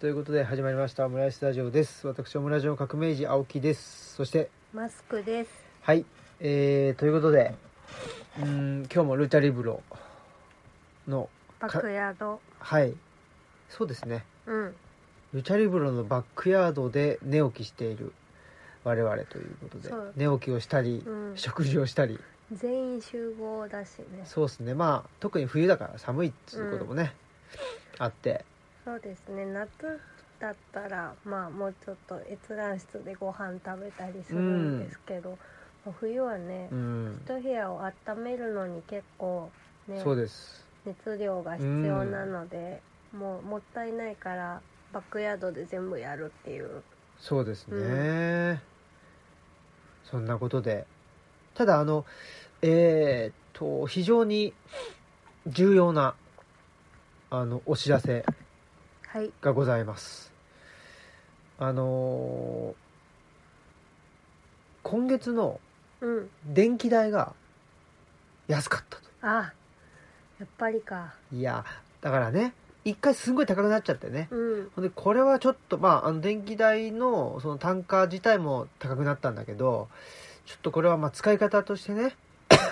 ということで始まりましたオムライスラジオです。私オムラジオ革命児青木です。そしてマスクです。 はい、ということで今日もルチャリブロのバックヤード。 はいそうですね、ルチャリブロのバックヤードで寝起きしている我々ということで、寝起きをしたり、食事をしたり全員集合だしね。 そうですね、まあ特に冬だから寒いっていうこともね、あってそうですね、夏だったらまあもうちょっと閲覧室でご飯食べたりするんですけど、冬はね、一部屋を温めるのに結構ね、 そうです熱量が必要なので、もったいないからバックヤードで全部やるっていう。 そうですね、そんなことで、ただ非常に重要なお知らせがございます。今月の電気代が安かったと。 あ、やっぱりか。 いやだからね、一回すごい高くなっちゃってね、でこれはちょっと電気代のその単価自体も高くなったんだけど、ちょっとこれは使い方としてね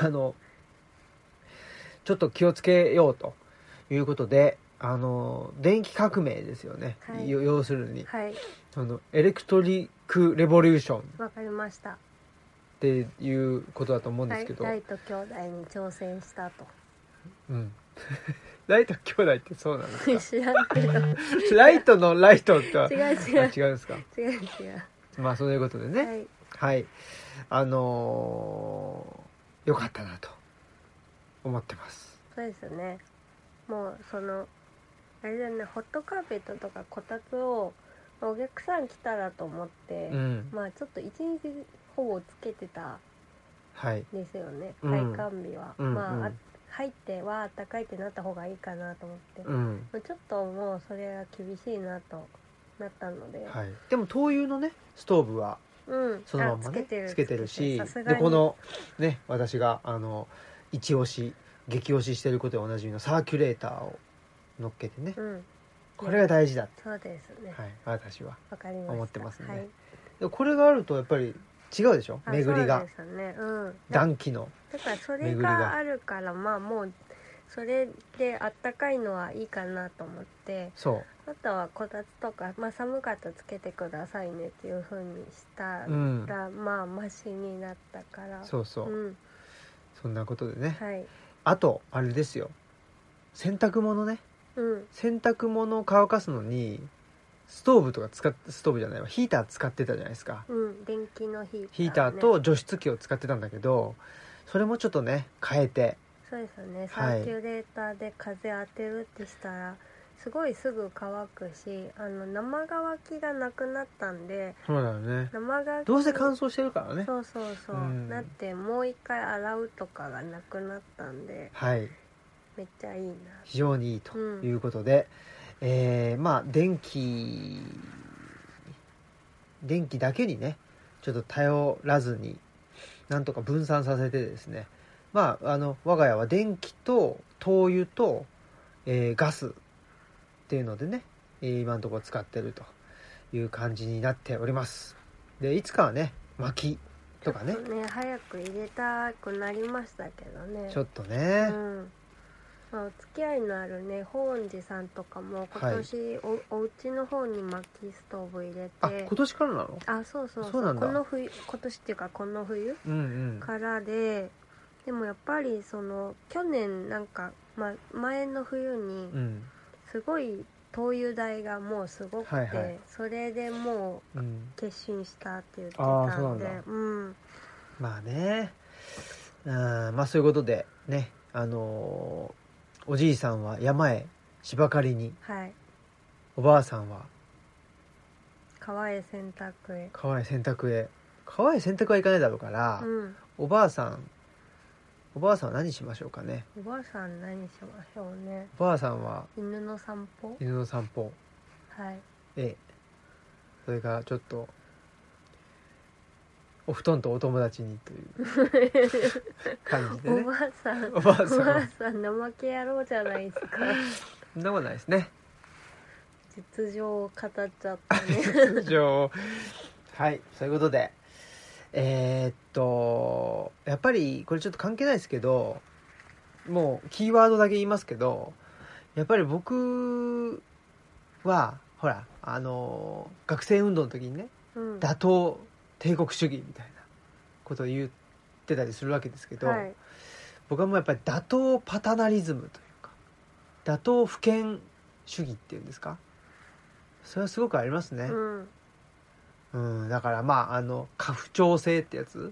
ちょっと気をつけようということで、電気革命ですよね、要するに、エレクトリックレボリューション、 わかりましたっていうことだと思うんですけど、 ライト兄弟に挑戦したと。 ライト兄弟ってそうなんですか？ 知らんけどライトのライトって違う違うんですか？ 違うまあそういうことでね、はい、よかったなと思ってます。 そうですね。もうあれだね、ホットカーペットとかこたつをお客さん来たらと思って、まあちょっと一日ほぼつけてたですよね、開館日は。まあ入ってはあったかいってなった方がいいかなと思って、ちょっともうそれは厳しいなとなったので、 でも灯油のねストーブはそのまんまねつけてるし、でこのね私が激推ししてることでおなじみのサーキュレーターを乗っけてね、これが大事だって、 そうですね、 私は思ってますね。でこれがあるとやっぱり違うでしょ、巡りが。 そうですね、 暖気のだからそれがあるから、まあもうそれであったかいのはいいかなと思って、あとはこたつとか、寒かったらつけてくださいねっていう風にしたら、まあマシになったから、 そんなことでね、あとあれですよ、洗濯物ね、洗濯物を乾かすのにストーブじゃないわ、ヒーター使ってたじゃないですか。 電気のヒーターと除湿機を使ってたんだけど、それもちょっとね変えて。 そうですよね、サーキュレーターで風当てるってしたらすごいすぐ乾くし、生乾きがなくなったんで。 そうだよね、 生乾きどうせ乾燥してるからね。 そう、だってもう一回洗うとかがなくなったんで、めっちゃいいな、 非常にいいということで、電気だけにねちょっと頼らずになんとか分散させてですね、我が家は電気と灯油と、ガスっていうのでね、今のところ使ってるという感じになっております。でいつかはね薪とかね、 早く入れたくなりましたけどね、 ちょっとね、 お付き合いのあるね法恩寺さんとかも今年、お家の方に薪ストーブ入れて。 今年からなの？ そうなんだ。今年っていうかこの冬からで、でもやっぱり去年なんか、前の冬にすごい灯油代がもうすごくて、それでもう決心したって言ってたんで、 まあね、そういうことでね、おじいさんは山へ芝刈りに、おばあさんは川へ洗濯へ川へ洗濯は行かないだろうから、おばあさんは何しましょうかね。 おばあさん何しましょうね。 おばあさんは犬の散歩、 それからちょっとお布団とお友達にという感じでね。 おばあさん怠け野郎じゃないですか。 そんなことないですね。 実情を語っちゃったね実情はいそういうことでやっぱりこれちょっと関係ないですけど、もうキーワードだけ言いますけど、やっぱり僕はほら学生運動の時にね、打倒帝国主義みたいなことを言ってたりするわけですけど、はい、僕はもうやっぱり打倒パタナリズムというか打倒父権主義っていうんですか、それはすごくありますね。だからまあ家父長制ってやつ、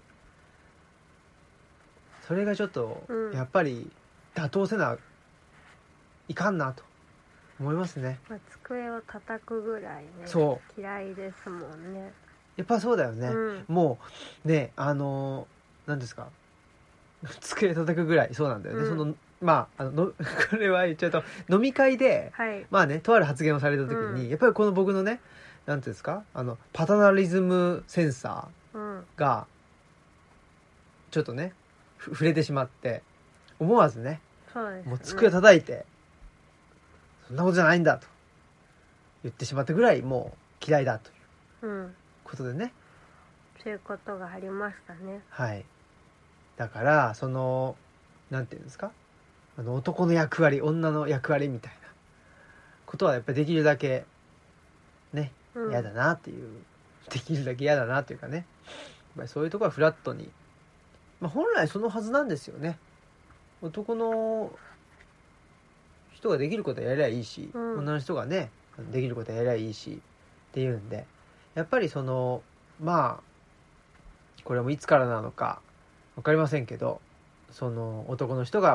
それがちょっとやっぱり打倒せないかんなと思いますね。 机を叩くぐらいね、 そう嫌いですもんね。 やっぱそうだよね、もうね何ですか机叩くぐらいそうなんだよね、そのまあこれは言っちゃうと飲み会で、まあねとある発言をされた時に、やっぱりこの僕のねなんていうんですかパタナリズムセンサーがちょっとね触れてしまって思わずね、もう机叩いてそんなことじゃないんだと言ってしまったぐらいもう嫌いだということでね、 そういうことがありましたね。 はい。だからなんていうんですか男の役割女の役割みたいなことはやっぱりできるだけね嫌だなっていう、できるだけ嫌だなっていうかね、やっぱりそういうところはフラットに、本来そのはずなんですよね。男の人ができることはやりゃいいし、女の人がねできることはやりゃいいしっていうんで、やっぱりまあこれもいつからなのか分かりませんけど、男の人が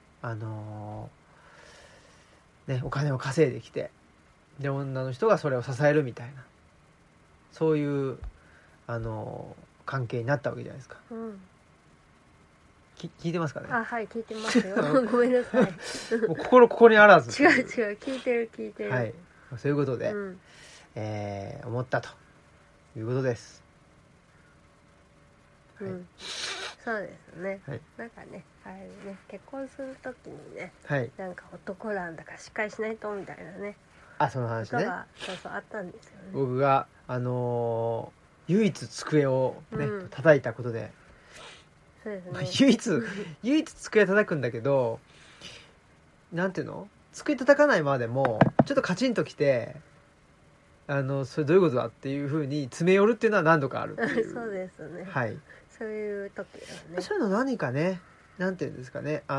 お金を稼いできて、で女の人がそれを支えるみたいな、そういう関係になったわけじゃないですか。聞いてますかね。 はい聞いてますよごめんなさいもうここにあらず。 違う聞いてる、 はい、そういうことで、思ったということです。 そうですね、なんかね結婚するときにね、なんか男なんだからしっかりしないとみたいなね、 その話ね、 そうあったんですよね。 僕が唯一机をね、叩いたことで、そうですね、唯一机叩くんだけど、なんていうの、机叩かないまでもちょっとカチンときて、それどういうことだっていう風に詰め寄るっていうのは何度かあるっていうそうですね、そういう時だね。 そういうの何かね、なんていうんですかね、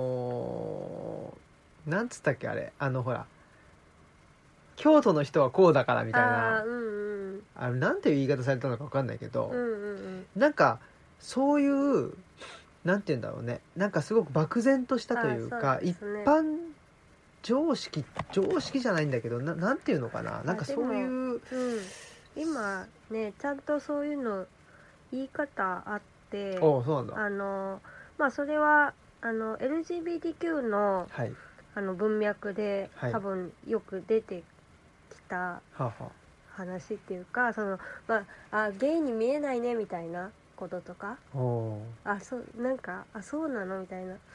なんつったっけあれ、ほら京都の人はこうだからみたいな、なんていう言い方されたのか分かんないけど、なんかそういうなんていうんだろうね、なんかすごく漠然としたというか、一般常識じゃないんだけど、なんていうのかな、なんかそういう、 今ねちゃんとそういうの言い方あって、 そうなんだ。それはLGBTQ の、文脈で、多分よく出てきた話っていうか、ゲイに見えないねみたいなこととか、そうなのみたいな、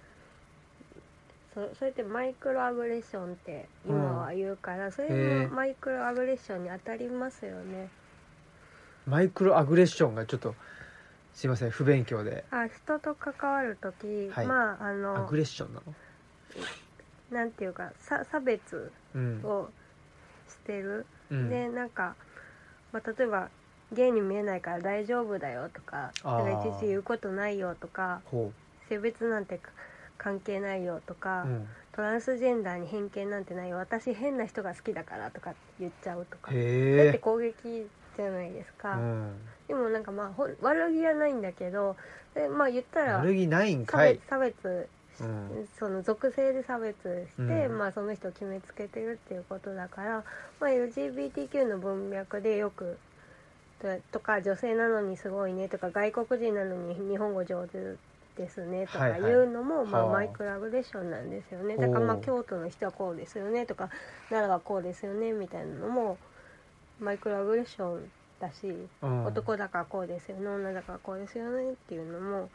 それってマイクロアグレッションって今は言うから、それもマイクロアグレッションに当たりますよね。 マイクロアグレッションがちょっとすいません不勉強で。 人と関わるとき、 アグレッションなの、 なんていうか差別をしてる、でなんか、例えばゲイに見えないから大丈夫だよとか、いちいち言うことないよとか、性別なんて関係ないよとか、トランスジェンダーに偏見なんてないよ、私変な人が好きだからとか言っちゃうとか、それって攻撃じゃないですか。でもなんか悪気はないんだけど、で言ったら悪気ないんかい、 差別、その属性で差別して、その人を決めつけてるっていうことだから、LGBTQ の文脈でよくとか、女性なのにすごいねとか、外国人なのに日本語上手ですねとかいうのも、マイクロアグレッションなんですよね。だから京都の人はこうですよねとか、奈良はこうですよねみたいなのもマイクロアグレッションだし、男だからこうですよね、女だからこうですよねっていうのも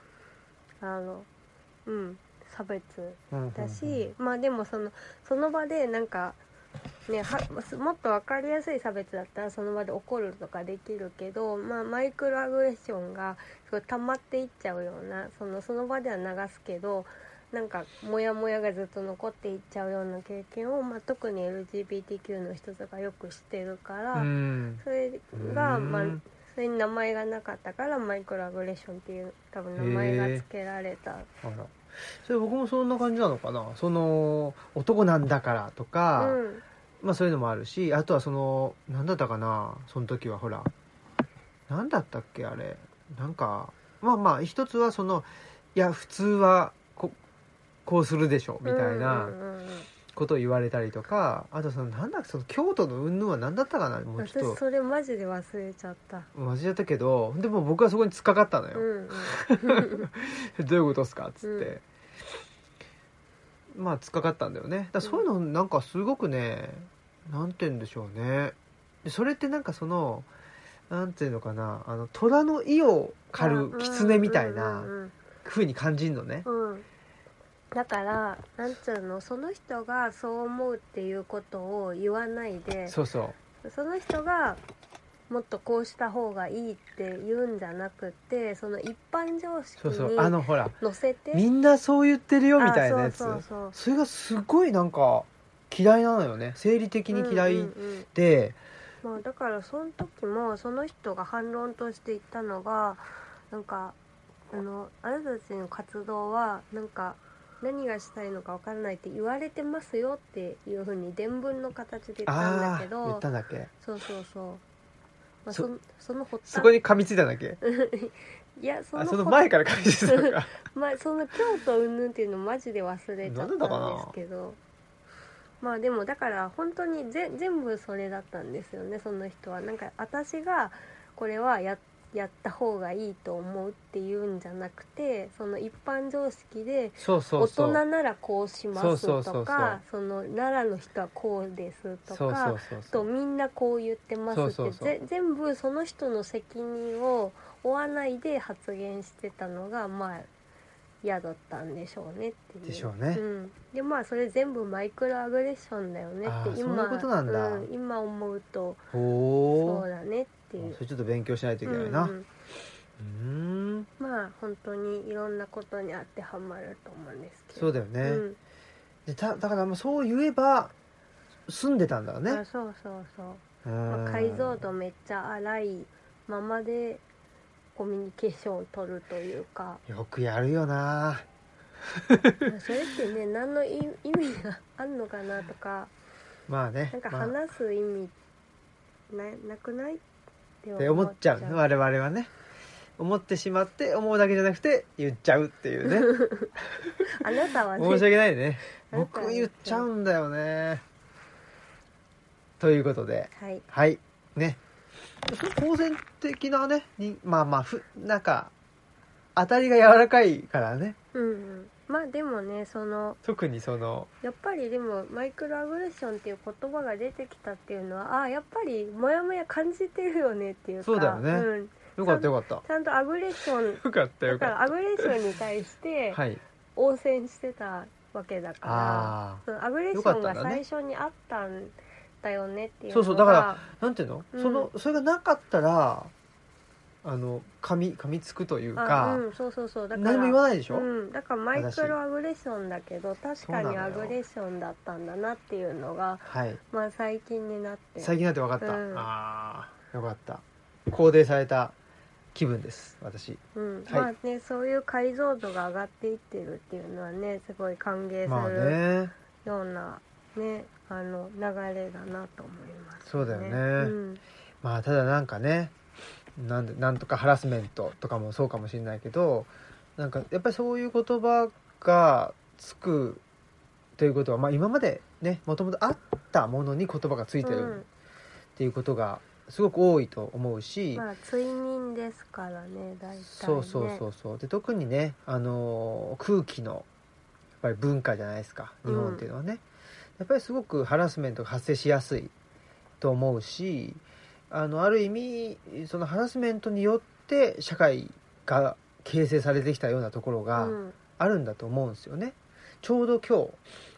差別だし、でもその場でなんかね、もっと分かりやすい差別だったらその場で怒るとかできるけど、マイクロアグレッションがすごい溜まっていっちゃうような、その場では流すけどなんかモヤモヤがずっと残っていっちゃうような経験を、特に LGBTQ の人とかよくしてるから、それが、それに名前がなかったからマイクロアグレッションっていう多分名前が付けられた。 それ僕もそんな感じなのかな、その男なんだからとか、そういうのもあるし、あとは何だったかな、その時はほら何だったっけあれ、なんか一つはいや普通はこうするでしょみたいなことを言われたりとか、あとなんだっけ、京都の云々は何だったかな、もうちょっと私それマジで忘れちゃった。 忘れちゃったけど、でも僕はそこに突っかかったのよ、どういうことっすかっつって、突っかかったんだよね。だそういうのなんかすごくね、なんて言うんでしょうね。でそれってなんかなんていうのかな、虎の意を狩る狐みたいな風に感じるのね。 だからなんつうの、その人がそう思うっていうことを言わないで、その人がもっとこうした方がいいって言うんじゃなくて、その一般常識に乗せて、 みんなそう言ってるよみたいなやつ、それがすごいなんか嫌いなのよね、生理的に嫌いで、 だからその時もその人が反論として言ったのが、なんかあなたたちの活動はなんか何がしたいのか分からないって言われてますよっていう風に伝聞の形で言ったんだけど、 言ったんだっけ、 そのそこに噛みついたんだっけいやその前から噛みついたのかその京都云々っていうのマジで忘れちゃったんですけど、でもだから本当に全部それだったんですよね。その人はなんか私がこれはやった方がいいと思うっていうんじゃなくて、その一般常識で大人ならこうしますとか、奈良の人はこうですとか、とみんなこう言ってますって全部その人の責任を負わないで発言してたのが嫌だったんでしょうねっていう。 でしょうね。 でそれ全部マイクロアグレッションだよねって今思うとそうだねっていう。 それちょっと勉強しないといけないな。 本当にいろんなことに当てはまると思うんですけど。 そうだよね。でだからそう言えば済んでたんだよね。 そう解像度めっちゃ荒いままでコミュニケーションを取るというか。 よくやるよなそれってね、何の意味があんのかなとか、なんか話す意味なくないって思っちゃう、我々はね。思ってしまって思うだけじゃなくて言っちゃうっていうねあなたはね、 申し訳ないね、僕言っちゃうんだよね。ということではいね、好戦的なねなんか当たりが柔らかいからね。 でもね、 特にやっぱりでもマイクロアグレッションっていう言葉が出てきたっていうのは、やっぱりモヤモヤ感じてるよねっていうか。 そうだよね、よかったよかった。 ちゃんとアグレッションよかったよかった。 だからアグレッションに対して応戦してたわけだから、アグレッションが最初にあったんだよねっていうのが。 そうだからなんていうの、それがなかったら噛みつくというか、 だから何も言わないでしょ。 だからマイクロアグレッションだけど確かにアグレッションだったんだなっていうのが最近になって分かった。よかった、肯定された気分です私。 そういう解像度が上がっていってるっていうのはね、すごい歓迎するようなね、流れだなと思いますね。 そうだよね。ただなんかね、なんとかハラスメントとかもそうかもしれないけど、なんかやっぱりそういう言葉がつくということは、今までねもともとあったものに言葉がついてるっていうことがすごく多いと思うし、 追認ですからね、大体ね。 そうで、特にね、空気のやっぱり文化じゃないですか、日本っていうのはね。やっぱりすごくハラスメントが発生しやすいと思うし、ある意味そのハラスメントによって社会が形成されてきたようなところがあるんだと思うんですよね。ちょうど今日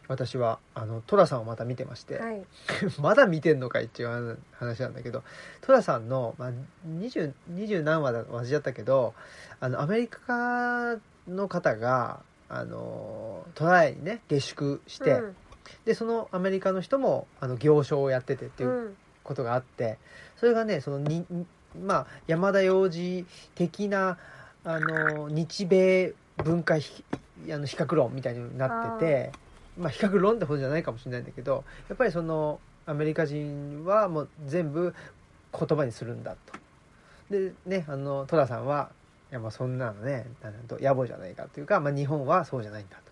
私は寅さんをまた見てまして、 はい、 まだ見てんのかいっていう話なんだけど、寅さんの、20何話だ忘れちゃったけど、アメリカの方がトライにね下宿して、でそのアメリカの人も行商をやっててっていうことがあって、それがね山田洋次的な日米文化比較論みたいになってて、比較論ってほどじゃないかもしれないんだけど、やっぱりそのアメリカ人はもう全部言葉にするんだと。でね、寅さんはいやそんなのね野暮じゃないかというか、日本はそうじゃないんだと。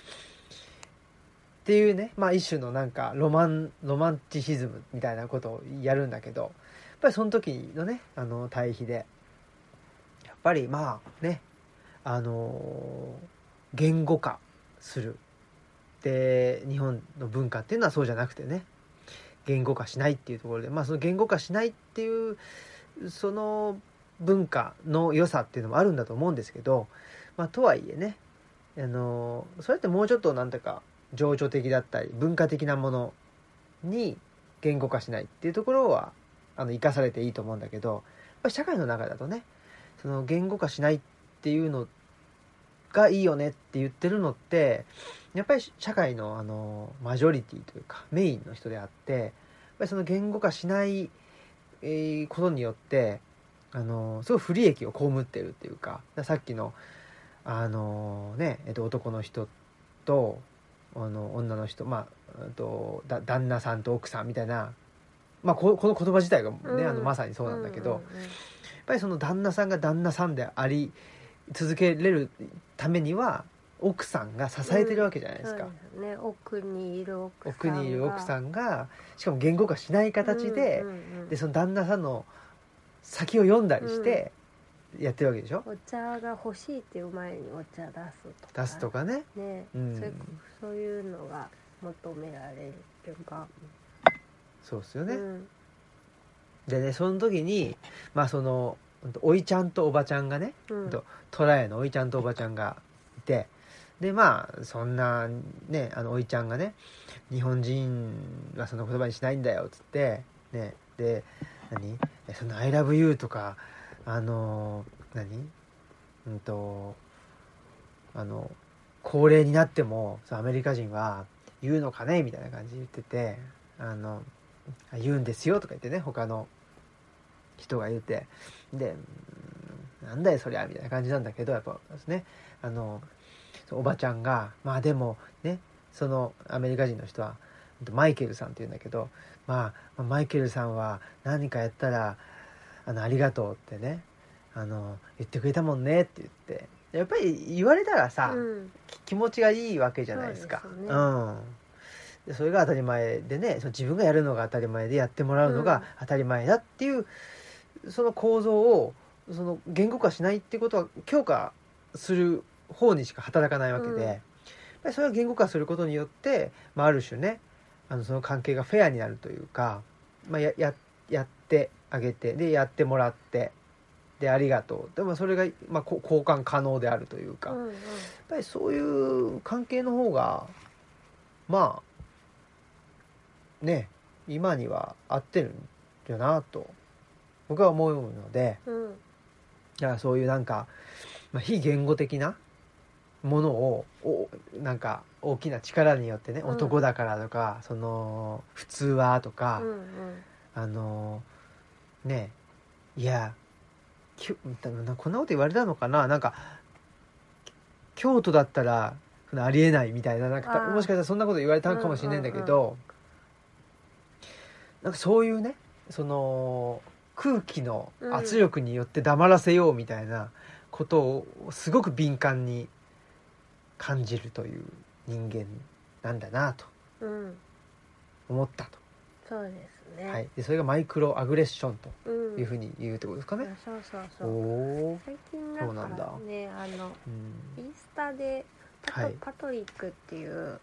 っていうね、一種のなんかロマンチシズムみたいなことをやるんだけど、やっぱりその時のね対比でやっぱり言語化するで日本の文化っていうのはそうじゃなくてね、言語化しないっていうところで、その言語化しないっていうその文化の良さっていうのもあるんだと思うんですけど、とはいえねそれってもうちょっとなんていうか情緒的だったり文化的なものに言語化しないっていうところは生かされていいと思うんだけど、やっぱり社会の中だとねその言語化しないっていうのがいいよねって言ってるのってやっぱり社会のマジョリティというかメインの人であって、やっぱりその言語化しないことによってすごい不利益を被ってるっていうか、さっきの男の人と女の人、旦那さんと奥さんみたいな、この言葉自体がね、まさにそうなんだけど、やっぱりその旦那さんが旦那さんであり続けれるためには奥さんが支えてるわけじゃないですか、 そうですね、奥にいる奥さんがしかも言語化しない形で、でその旦那さんの先を読んだりしてやってるわけでしょ、 お茶が欲しいっていう前にお茶出すとかね、 そういうのが求められるっていうか、 そうですよね、でねその時にそのおいちゃんとおばちゃんがね、トラヤのおいちゃんとおばちゃんがいて、でそんなねおいちゃんがね日本人はその言葉にしないんだよっつってね、でその I love you とか高齢になってもアメリカ人は言うのかねみたいな感じで言ってて、言うんですよとか言ってね他の人が言って、でなんだよそりゃみたいな感じなんだけど、やっぱですねおばちゃんがでもねそのアメリカ人の人はマイケルさんって言うんだけど、マイケルさんは何かやったらありがとうってね言ってくれたもんねって言って、やっぱり言われたらさ、気持ちがいいわけじゃないですか。でそれが当たり前でね、自分がやるのが当たり前でやってもらうのが当たり前だっていう、その構造をその言語化しないっていうことは強化する方にしか働かないわけで、やっぱりそれを言語化することによって、ある種ねその関係がフェアになるというか、やってあげてでやってもらってでありがとうでもそれが、交換可能であるというか、やっぱりそういう関係の方がね今には合ってるんだなと僕は思うので、だからそういうなんか、非言語的なものをなんか大きな力によってね、男だからとかその普通はとか、いやこんなこと言われたのかな、なんか京都だったらありえないみたいな、もしかしたらそんなこと言われたかもしれないんだけど、なんかそういうねその空気の圧力によって黙らせようみたいなことをすごく敏感に感じるという人間なんだなと思ったと、 そうですね、 はい、でそれがマイクロアグレッションというふうに言うってことですかね、 最近だからねインスタでパトリックっていう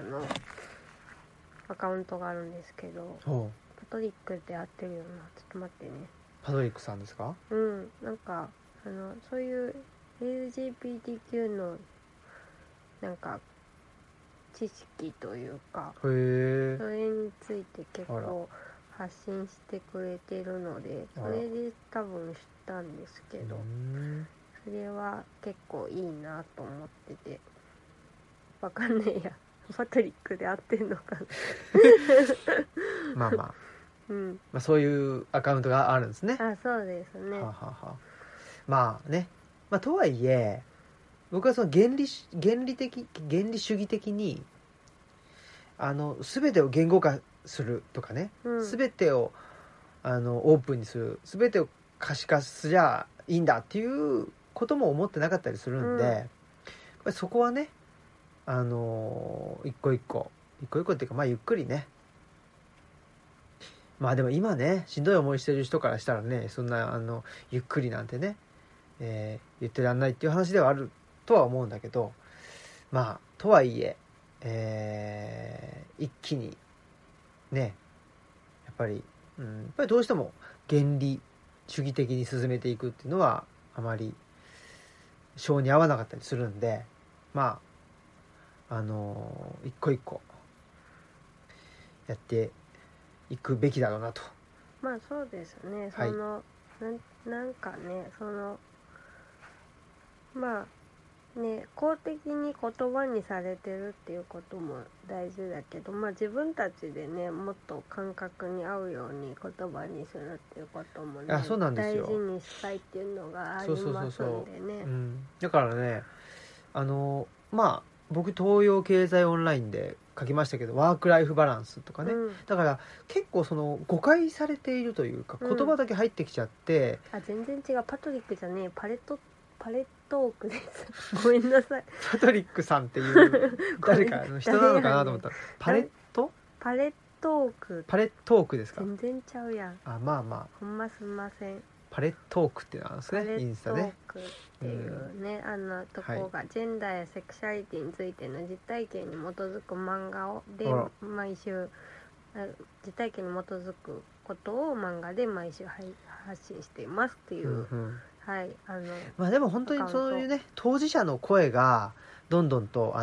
アカウントがあるんですけど、パトリックって合ってるよな、ちょっと待ってね、 パトリックさんですか？ なんかそういう LGBTQ のなんか知識というか、 へえ。 それについて結構発信してくれてるので、それで多分知ったんですけど、それは結構いいなと思ってて、わかんねえや、パトリックで合ってんのかなまあまあ、 うん、 まあそういうアカウントがあるんですね。 あ、そうですね。 ははは。まあね、まあとはいえ僕はその原理主義的に全てを言語化するとかね、 うん、 全てをオープンにする、全てを可視化すりゃいいんだっていうことも思ってなかったりするんで、 うん、 やっぱりそこはね、一個一個っていうか、まあゆっくりね。まあでも今ね、しんどい思いしてる人からしたらね、そんなゆっくりなんてね、言ってらんないっていう話ではあるとは思うんだけど、まあとはいえ一気にね、やっぱり、やっぱりどうしても原理主義的に進めていくっていうのはあまり性に合わなかったりするんで、まあ一個一個やっていくべきだろうなと。 まあそうですね。 はい、 なんかね、まあね、公的に言葉にされてるっていうことも大事だけど、まあ自分たちでね、もっと感覚に合うように言葉にするっていうこともね、 そうなんですよ。 大事にしたいっていうのがありますんでね。 だからね、まあ僕東洋経済オンラインで書きましたけど、ワークライフバランスとかね、だから結構その誤解されているというか、言葉だけ入ってきちゃって、 全然違う、パトリックじゃねえ、パレットークですごめんなさい。 パトリックさんっていう誰かの人なのかなと思ったら、パレットークですか。 全然ちゃうやん。 まあまあ、 ほんますんません。 パレットークってなんですね、インスタね。 パレットークっていうね、とこがジェンダーやセクシャリティについての実体験に基づく漫画で毎週、実体験に基づくことを漫画で毎週発信していますっていう、はい、 まあでも本当にそういうね、当事者の声がどんどんと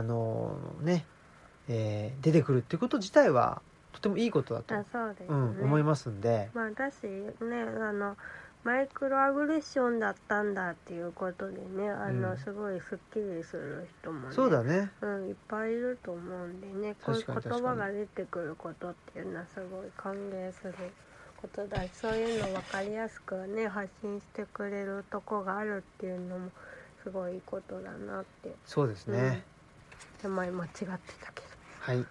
出てくるっていうこと自体はとてもいいことだと、 そうですね、 思いますんで、 まあだしね、マイクロアグレッションだったんだっていうことでね、すごいスッキリする人もね、 そうだね、 いっぱいいると思うんでね、こういう言葉が出てくることっていうのはすごい歓迎することだし、そういうの分かりやすくね発信してくれるとこがあるっていうのもすごいいいことだなって。 そうですね、 名前間違ってたけど、 はい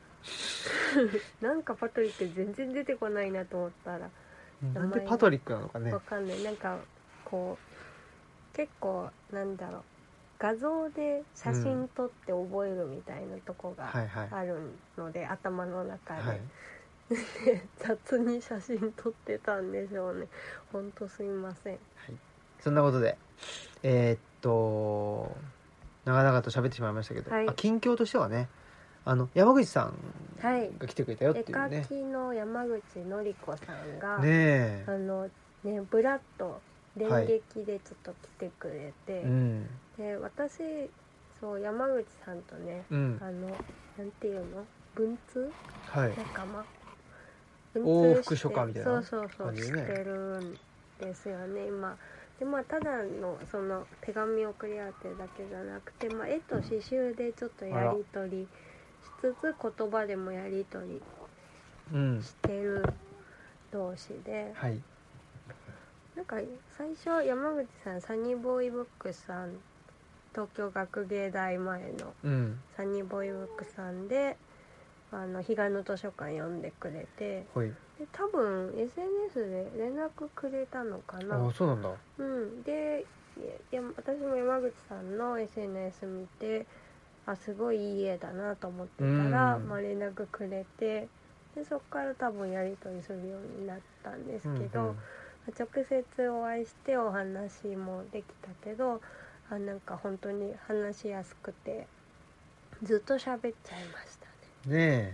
なんかパトリック全然出てこないなと思ったら、 なんでパトリックなのかね、 わかんない。なんかこう結構なんだろう、画像で写真撮って覚えるみたいなとこがあるので、頭の中で、で雑に写真撮ってたんでしょうね。ほんとすいません、 そんなことで長々と喋ってしまいましたけど、近況としてはね、山口さんが来てくれたよっていうね、 絵描きの山口のり子さんがねブラッと電撃でちょっと来てくれて、で私山口さんとね、なんていうの、文通、仲間、 往復書家みたいな感じでね、してるんですよね今で。ただのその手紙を送り合ってるだけじゃなくて、絵と刺繍でちょっとやり取りしつつ言葉でもやり取りしてる同士で、なんか最初山口さんサニーボーイブックさん、東京学芸大前のサニーボーイブックさんで彼岸の図書館読んでくれて、で多分 SNS で連絡くれたのかな。 そうなんだ。 で私も山口さんの SNS 見て、すごいいい絵だなと思ってたら、連絡くれて、でそこから多分やり取りするようになったんですけど、直接お会いしてお話もできたけど、なんか本当に話しやすくてずっと喋っちゃいましたね。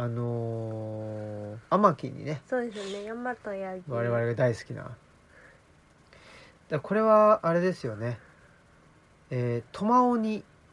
天城にね、 そうですね、大和ヤギ、 我々が大好きな。これはあれですよね、トマオニ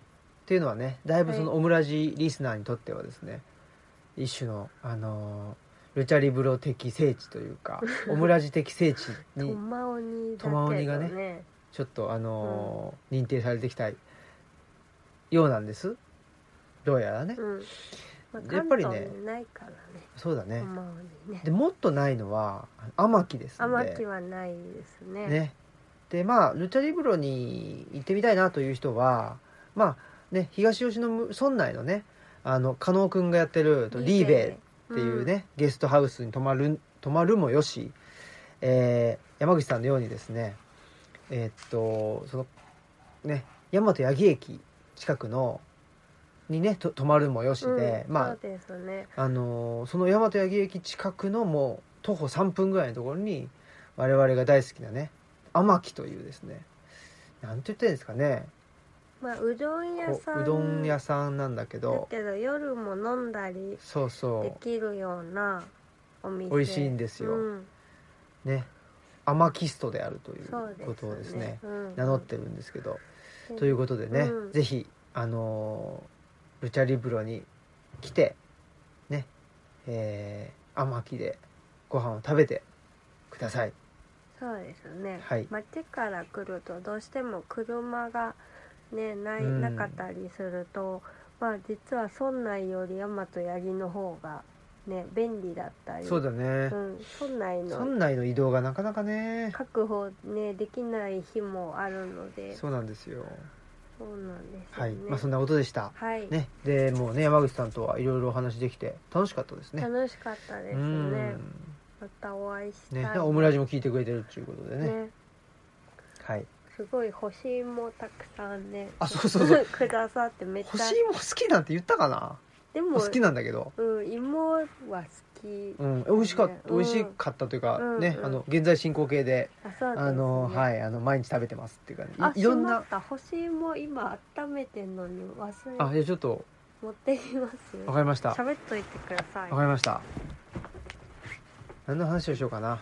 っていうのはね、だいぶそのオムラジリスナーにとってはですね、一種のルチャリブロ的聖地というかオムラジ的聖地にトマオニがねちょっと認定されてきたようなんです、どうやらね、 やっぱりねないからね。 そうだね。 トマオニね。 でもっとないのは天城ですんで。 天城はないですね。 ね。でまあルチャリブロに行ってみたいなという人はまあね、東吉野村内のね加納くんがやってるリーベっていうね、ゲストハウスに泊まるもよし、山口さんのようにですねそのね大和八木駅近くのにね泊まるもよしで、まあそうですね、 その大和八木駅近くのもう徒歩3分ぐらいのところに我々が大好きなね天城というですね、なんて言ってるんですかね、 まあ、うどん屋さんなんだけど夜も飲んだりできるようなお店、 美味しいんですよ、ね、アマキストであるということをですね、名乗ってるんですけど、ということでね、ぜひルチャリブロに来てね、天城でご飯を食べてください。 そうですね、 はい、 街から来るとどうしても車がねなかったりすると、まあ実は村内より大和八木の方がね便利だったり、 そうだね、村内の移動がなかなかね確保ねできない日もあるので。 そうなんですよ。 そうなんですよね。 はい、まあそんなことでした。 はい。 ね、でもうね山口さんとはいろいろお話できて楽しかったですね。 楽しかったですね。またお会いしたいね。 オムラジも聞いてくれてるっていうことでね。はい。すごい干し芋たくさんね。 そうくださってめっちゃ。 干し芋好きなんて言ったかな。でも好きなんだけど。 芋は好き。 美味しかったというかね、現在進行形ではい毎日食べてますっていうか、 いろんな干し芋今温めてんのに忘れ。 じゃあちょっと持ってきます。 わかりました。 喋っといてください。 わかりました。何の話をしようかな。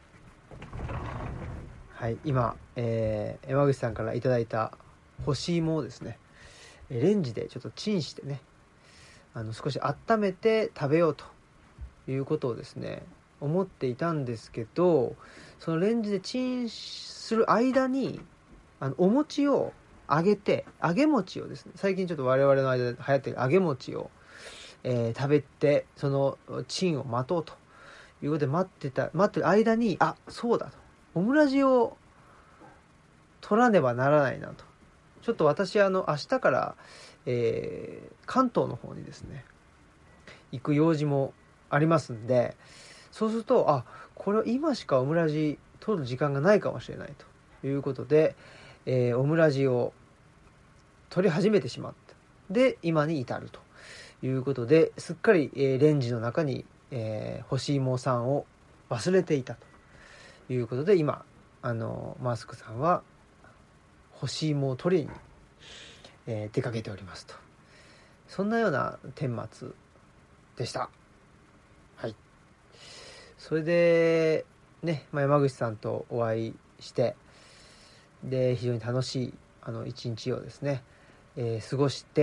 はい、今、山口さんからいただいた干し芋をですねレンジでちょっとチンしてね少し温めて食べようということをですね思っていたんですけど、そのレンジでチンする間にお餅を揚げ餅をですね、最近ちょっと我々の間で流行っている揚げ餅を、食べてそのチンを待とうということで待ってる間にそうだと、オムラジを取らねばならないなと。ちょっと私明日から、関東の方にですね行く用事もありますんで、そうするとこれは今しかオムラジ取る時間がないかもしれないということで、オムラジを取り始めてしまった。で今に至るということで、すっかり、レンジの中に、干し芋さんを忘れていたということで、今マスクさんは干し芋を取りに、出かけておりますと。そんなような顛末でした。はい。それでね、山口さんとお会いしてで非常に楽しい一日をですね、過ごして、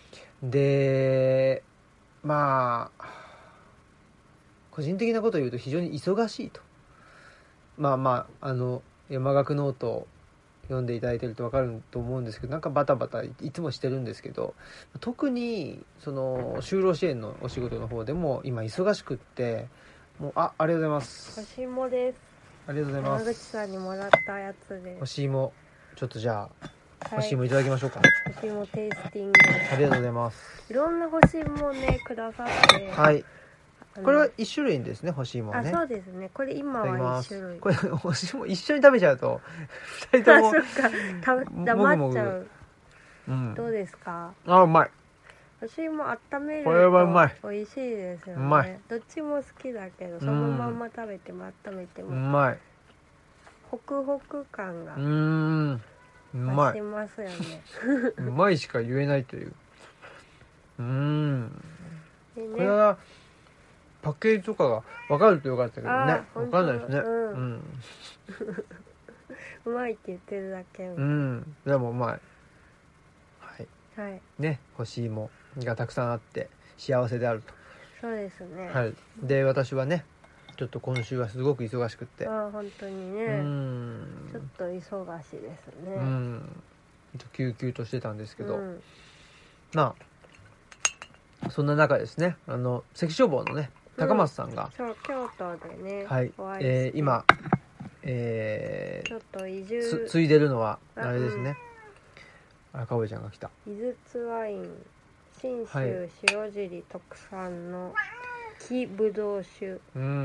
でまあ個人的なことを言うと非常に忙しいと。山岳ノートを読んでいただいてると分かると思うんですけど、なんかバタバタいつもしてるんですけど、特にその就労支援のお仕事の方でも今忙しくって、もうありがとうございます。 干し芋です。 ありがとうございます。 山口さんにもらったやつで干し芋ちょっとじゃあ、干し芋いただきましょうか。 干し芋テイスティング。 ありがとうございます。 いろんな干し芋ねくださって、 はい、これは1種類ですね、干し芋はね。 そうですね、これ今は1種類。 これ干し芋一緒に食べちゃうと2人とも黙っちゃう。どうですか？ うまい。 干し芋温めるこれはうまい。 と美味しいですよね。 うまい。 どっちも好きだけど、そのまま食べても温めてもうまい。 ホクホク感がうまい。 増しますよね。 うまいしか言えないという。これはパッケージとかが分かるとよかったけどね。分かんないですね。 うまいって言ってるだけ。 でもうまい。はい。 はいね、干し芋がたくさんあって幸せであると。 そうですね。 はい。で私はねちょっと今週はすごく忙しくって、 本当にね、ちょっと忙しいですね。 救急としてたんですけど、まあそんな中ですね、関消防のね高松さんが、 そう京都でね、 はい、今、 ちょっと移住継いでるのはあれですね、かおりちゃんが来た井筒ワイン信州塩尻特産の木ぶどう酒、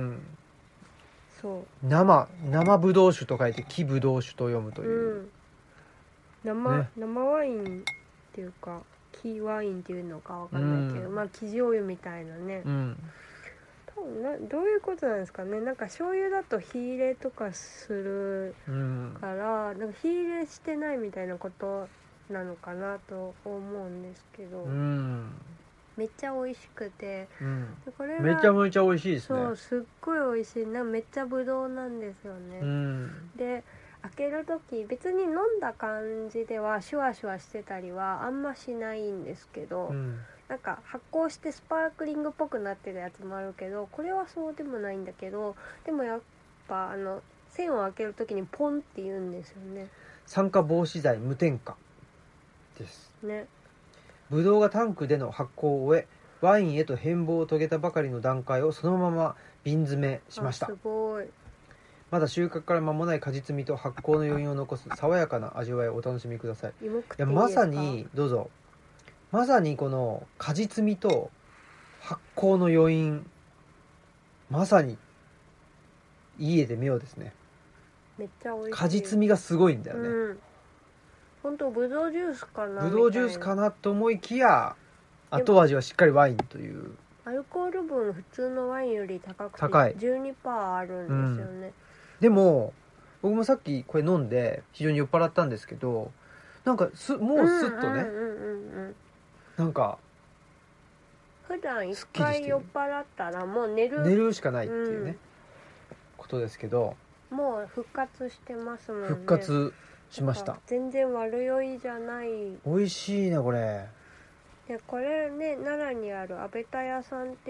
そう生ぶどう酒と書いて木ぶどう酒と読むという、 生ワインっていうか木ワインっていうのかわかんないけど、まあ生醤油みたいなね、多分どういうことなんですかね。なんか醤油だと火入れとかするから、なんか火入れしてないみたいなことなのかなと思うんですけど、めっちゃ美味しくて、これがめちゃめちゃ美味しいですね。 そうすっごい美味しい。なんかめっちゃぶどうなんですよね。で開ける時別に飲んだ感じではシュワシュワしてたりはあんましないんですけど、なんか発酵してスパークリングっぽくなってるやつもあるけど、これはそうでもないんだけど、でもやっぱ栓を開ける時にポンって言うんですよね。 酸化防止剤無添加ですね。ブドウがタンクでの発酵を終えワインへと変貌を遂げたばかりの段階をそのまま瓶詰めしました。 すごい。 まだ収穫から間もない果実味と発酵の余韻を残す爽やかな味わいをお楽しみください。いやまさにどうぞ。まさにこの果実味と発酵の余韻、まさにいい絵で妙ですね。 めっちゃ美味しい。 果実味がすごいんだよね。 本当ブドウジュースかな。 ブドウジュースかなと思いきや後味はしっかりワインという。 アルコール分普通のワインより高くて 12% あるんですよね。 でも僕もさっきこれ飲んで非常に酔っ払ったんですけど、なんかもうスッとね、なんか普段一回酔っ払ったらもう寝るしかないっていうね、ことですけど、 もう復活してますもんね。 復活しました。 全然悪酔いじゃない。 美味しいねこれ。 でこれね奈良にある阿部田屋さんっていう、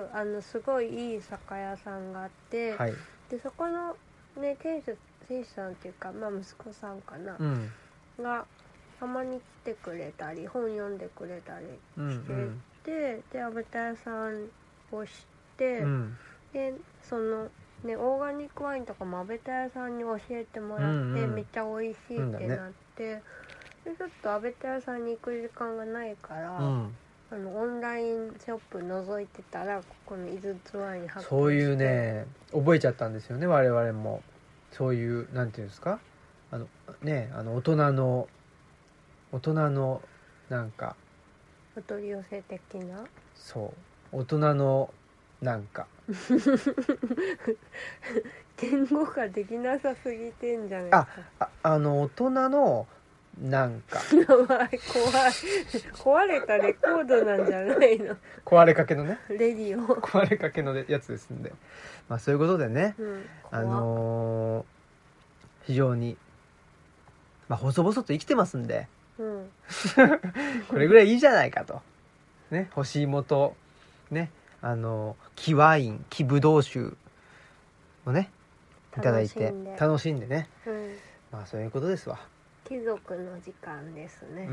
すごいいい酒屋さんがあって、でそこのね店主さんっていうか、まあ息子さんかな、がたまに来てくれたり本読んでくれたりしてて、で阿部田屋さんを知って、でそのねオーガニックワインとかも阿部田屋さんに教えてもらって、めっちゃ美味しいってなって、でちょっと阿部田屋さんに行く時間がないから、オンラインショップ覗いてたらここの井筒ワイン発見して、そういうね覚えちゃったんですよね我々も。そういうなんていうんですか、大人のなんかお取り寄せ的な、 そう大人のなんか言語化できなさすぎてんじゃないですか。 大人のなんか壊れたレコードなんじゃないの。 壊れかけのねレディオ壊れかけのやつですんで、まあそういうことでね、非常にまあ細々と生きてますんで、これぐらいいいじゃないかとね、干し芋とね木ワイン木ぶどう酒をねいただいて楽しんでね、まあそういうことですわ。 貴族の時間ですね。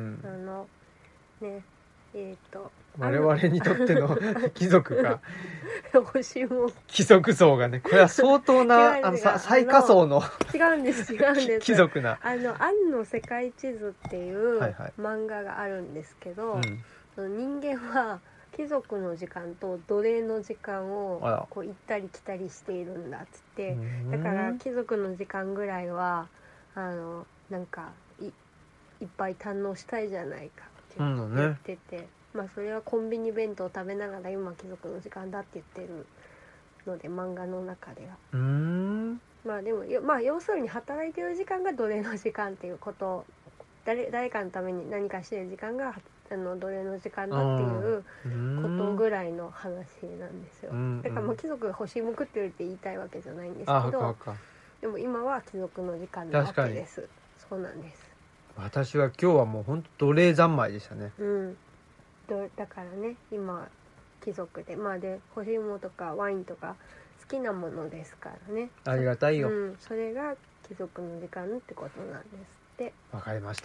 我々にとっての貴族が貴族層がね、これは相当な最下層の違うんです貴族なアンの世界地図っていう漫画があるんですけど、人間は貴族の時間と奴隷の時間をこう行ったり来たりしているんだっつって、だから貴族の時間ぐらいはなんかいっぱい堪能したいじゃないかって言ってて、まあそれはコンビニ弁当を食べながら今貴族の時間だって言ってるので、漫画の中ではまあでも要するに働いてる時間が奴隷の時間っていうこと、誰かのために何かしてる時間が奴隷の時間だっていうことぐらいの話なんですよ。だからもう貴族が欲しいも食ってるって言いたいわけじゃないんですけど、でも今は貴族の時間なわけです。そうなんです。 私は今日はもうほんと奴隷三昧でしたね。 だからね今貴族でで干し芋とかワインとか好きなものですからね。 ありがたいよ。 それが貴族の時間ってことなんですって。 わかりました。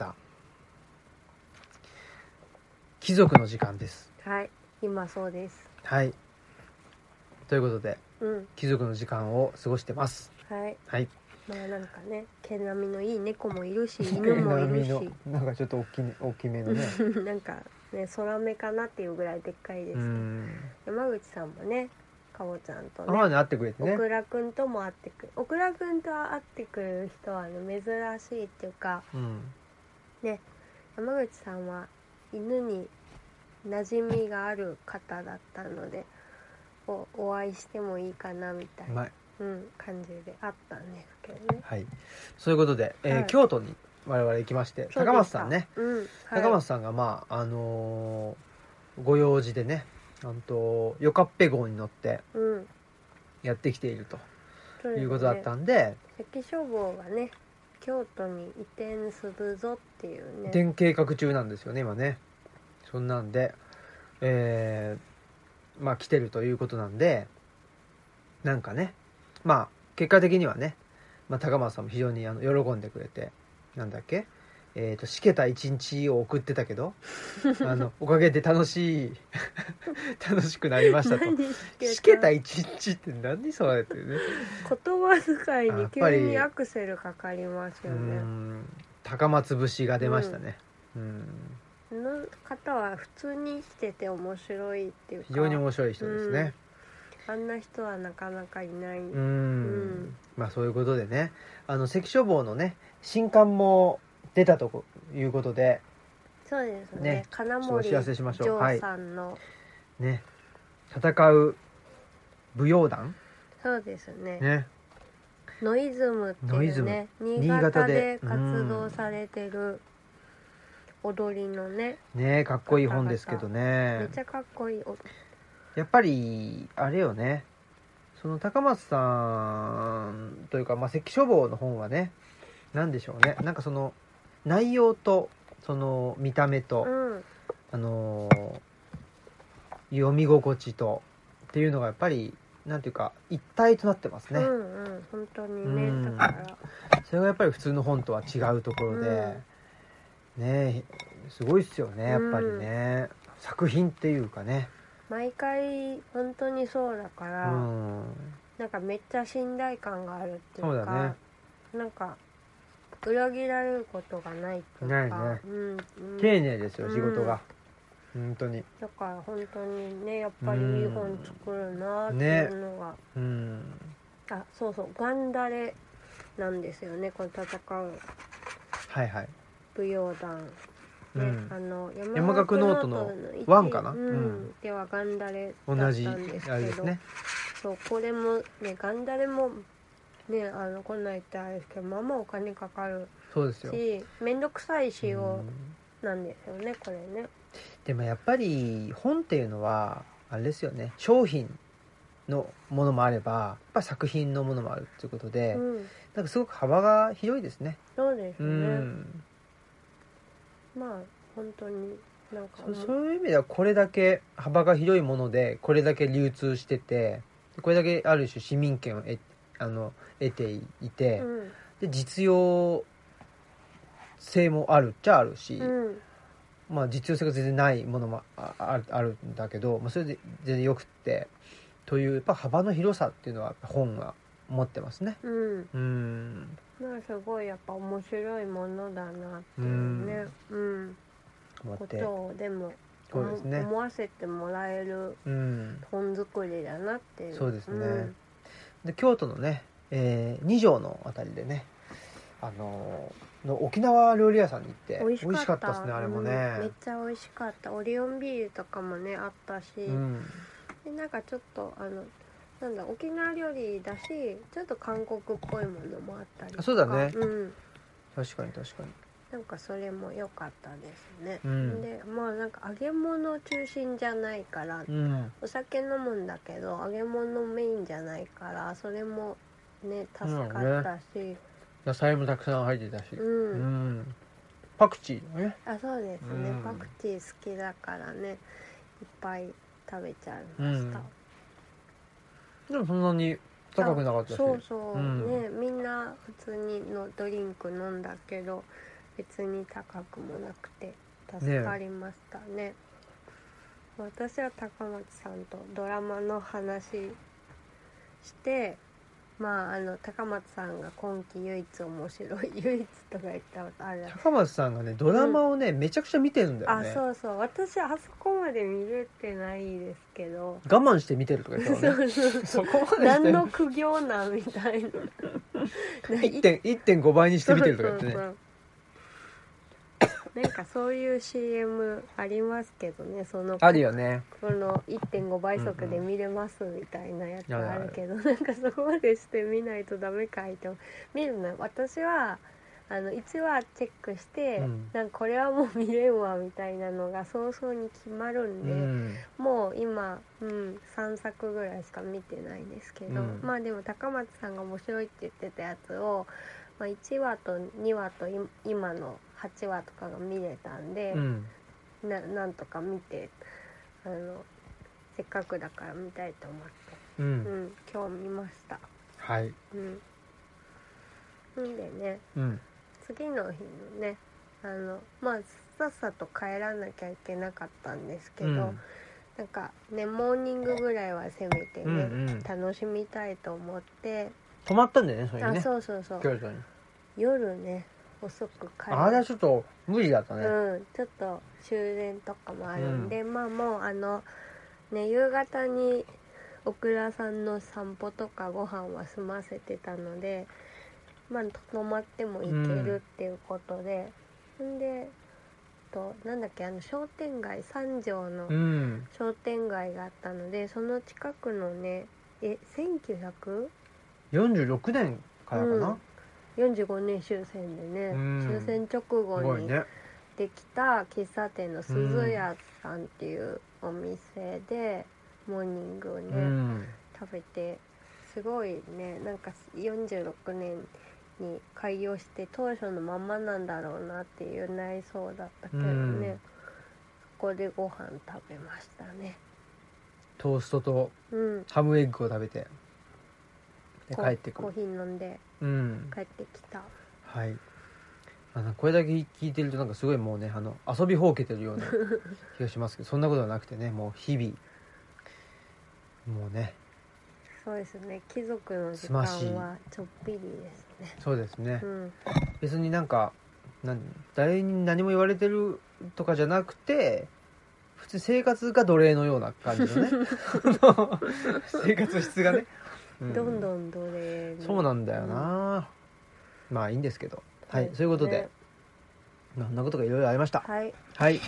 貴族の時間です。 はい、今そうです。 はい。ということで、貴族の時間を過ごしてます。 はい。 はい。 なんかね、毛並みのいい猫もいるし、犬もいるし、 なんかちょっと大きめのね。 なんかね、空目かなっていうぐらいでっかいですけど。山口さんもね、かぼちゃんとね、 会ってくれてね。 オクラくんとも会ってくる。オクラくんと会ってくれる人は珍しいっていうか、ね、山口さんは犬に馴染みがある方だったので、お会いしてもいいかなみたいな、感じであったんですけどね。はい。 そういうことで、京都に我々行きまして、高松さんね、高松さんがご用事でね、よかっぺ号に乗ってやってきているということだったんで、 関書房がね京都に移転するぞっていうね、 移転計画中なんですよね今ね。そんなんで来てるということなんで、なんかね、結果的にはね、高松さんも非常に喜んでくれて、なんだっけ、しけた一日を送ってたけどおかげで楽しくなりましたと。しけた一日って何それってね、 言葉遣いに急にアクセルかかりますよね。 高松節が出ましたね。 の方は普通に生きてて面白いっていうか、 非常に面白い人ですね。 あんな人はなかなかいない。 そういうことでね、関書房のね新刊も出たということで、 そうですね、金森お知らせしましょう。 城さんの、 ね、戦う舞踊団、 そうですね、ノイズムっていうね、新潟で活動されてる踊りのね、 かっこいい本ですけどね、 めっちゃかっこいい。 やっぱりあれよね、その高松さんというか、関書房の本はね、なんでしょうね、なんかその内容とその見た目と、読み心地とっていうのがやっぱりなんていうか一体となってますね。 本当にね、だからそれがやっぱり普通の本とは違うところで、ね、すごいっすよねやっぱりね、作品っていうかね、 毎回本当にそうだから、なんかめっちゃ信頼感があるっていうか、なんか裏切られることがないっていうか、 ないね、丁寧ですよ仕事が、本当に。だから本当にね、やっぱりいい本作るなっていうのが、そうそう、ガンダレなんですよね、この戦う舞踊団、 山岳ノートの1かな、 ではガンダレだったんですけど、ですね、そう、これもね、ガンダレもね、こんなん言ってあれですけど、まあまあお金かかるし、 そうですよ、 めんどくさい仕様なんですよね、これね。 でもやっぱり本っていうのはあれですよね、商品のものもあればやっぱ作品のものもあるっていうことで、なんかすごく幅が広いですね。 そうですね、本当になんかそういう意味ではこれだけ幅が広いものでこれだけ流通してて、これだけある種市民権を得ていて、で実用性もあるっちゃあるし、実用性が全然ないものもあるんだけど、それで全然よくってというやっぱ幅の広さっていうのは本は持ってますね。 すごいやっぱ面白いものだなっていうね、ことをでも思わせてもらえる本作りだなっていう。 そうですね、で京都のね、二条のあたりでね、の沖縄料理屋さんに行って美味しかったですね、あれもね、 めっちゃ美味しかった。オリオンビールとかもねあったし、でなんかちょっとなんだ、沖縄料理だしちょっと韓国っぽいものもあったりとか。 そうだね、確かになんかそれも良かったですね、でなんか揚げ物中心じゃないから、お酒飲むんだけど揚げ物メインじゃないからそれもね助かったし、 野菜もたくさん入ってたし、 パクチーね。 あ、そうですね、パクチー好きだからね、いっぱい食べちゃいました。 でもそんなに高くなかったし。 そうそう、ね、みんな普通にのドリンク飲んだけど別に高くもなくて助かりましたね。私は高松さんとドラマの話して、高松さんが今期唯一面白い唯一とか言ったことある。 高松さんがねドラマをね、めちゃくちゃ見てるんだよね。 そうそう、私あそこまで見れてないですけど、 我慢して見てるとか言ってたもんね。そこまで何の苦行なんみたいな 1.5 倍にして見てるとか言ってね。 そうなんかそういう CM ありますけどね、 あるよね。 この 1.5 倍速で見れますみたいなやつあるけど、なんかそこまでして見ないとダメかいと見るの。私は1話チェックして、なんかこれはもう見れんわみたいなのが早々に決まるんで、もう今、3作ぐらいしか見てないですけど、でも高松さんが面白いって言ってたやつを、1話と2話と今の8話とかが見れたんで、なんとか見てせっかくだから見たいと思って、今日見ました。 はい。 んでね、次の日のねさっさと帰らなきゃいけなかったんですけど、なんかねモーニングぐらいはせめてね、楽しみたいと思って泊まったんだよね、それにね。 そう夜ね遅く帰る。 あれはちょっと無理だったね。 ちょっと終電とかもあるんで、もう夕方にオクラさんの散歩とかご飯は済ませてたので、泊まっても行けるっていうことで、でなんだっけ、商店街三条の商店街があったので、その近くのね 1946年からかな、 45年終戦でね、終戦直後にできた喫茶店の鈴屋さんっていうお店でモーニングをね、食べて、すごいね、なんか46年に開業して当初のまんまなんだろうなっていう内装だったけどね、そこでご飯食べましたね。 トーストとハムエッグを食べて、で帰ってくる。 コーヒー飲んで帰ってきた。はい。 これだけ聞いてるとなんかすごいもうね遊びほうけてるような気がしますけどそんなことはなくてね、もう日々もうね、 そうですね、貴族の時間はちょっぴりですね。 そうですね、別になんか誰に何も言われてるとかじゃなくて、普通生活が奴隷のような感じのね生活質がね、 どんどん奴隷の。 そうなんだよな、まあいいんですけど、はい、そういうことでそんなことがいろいろありました。はい、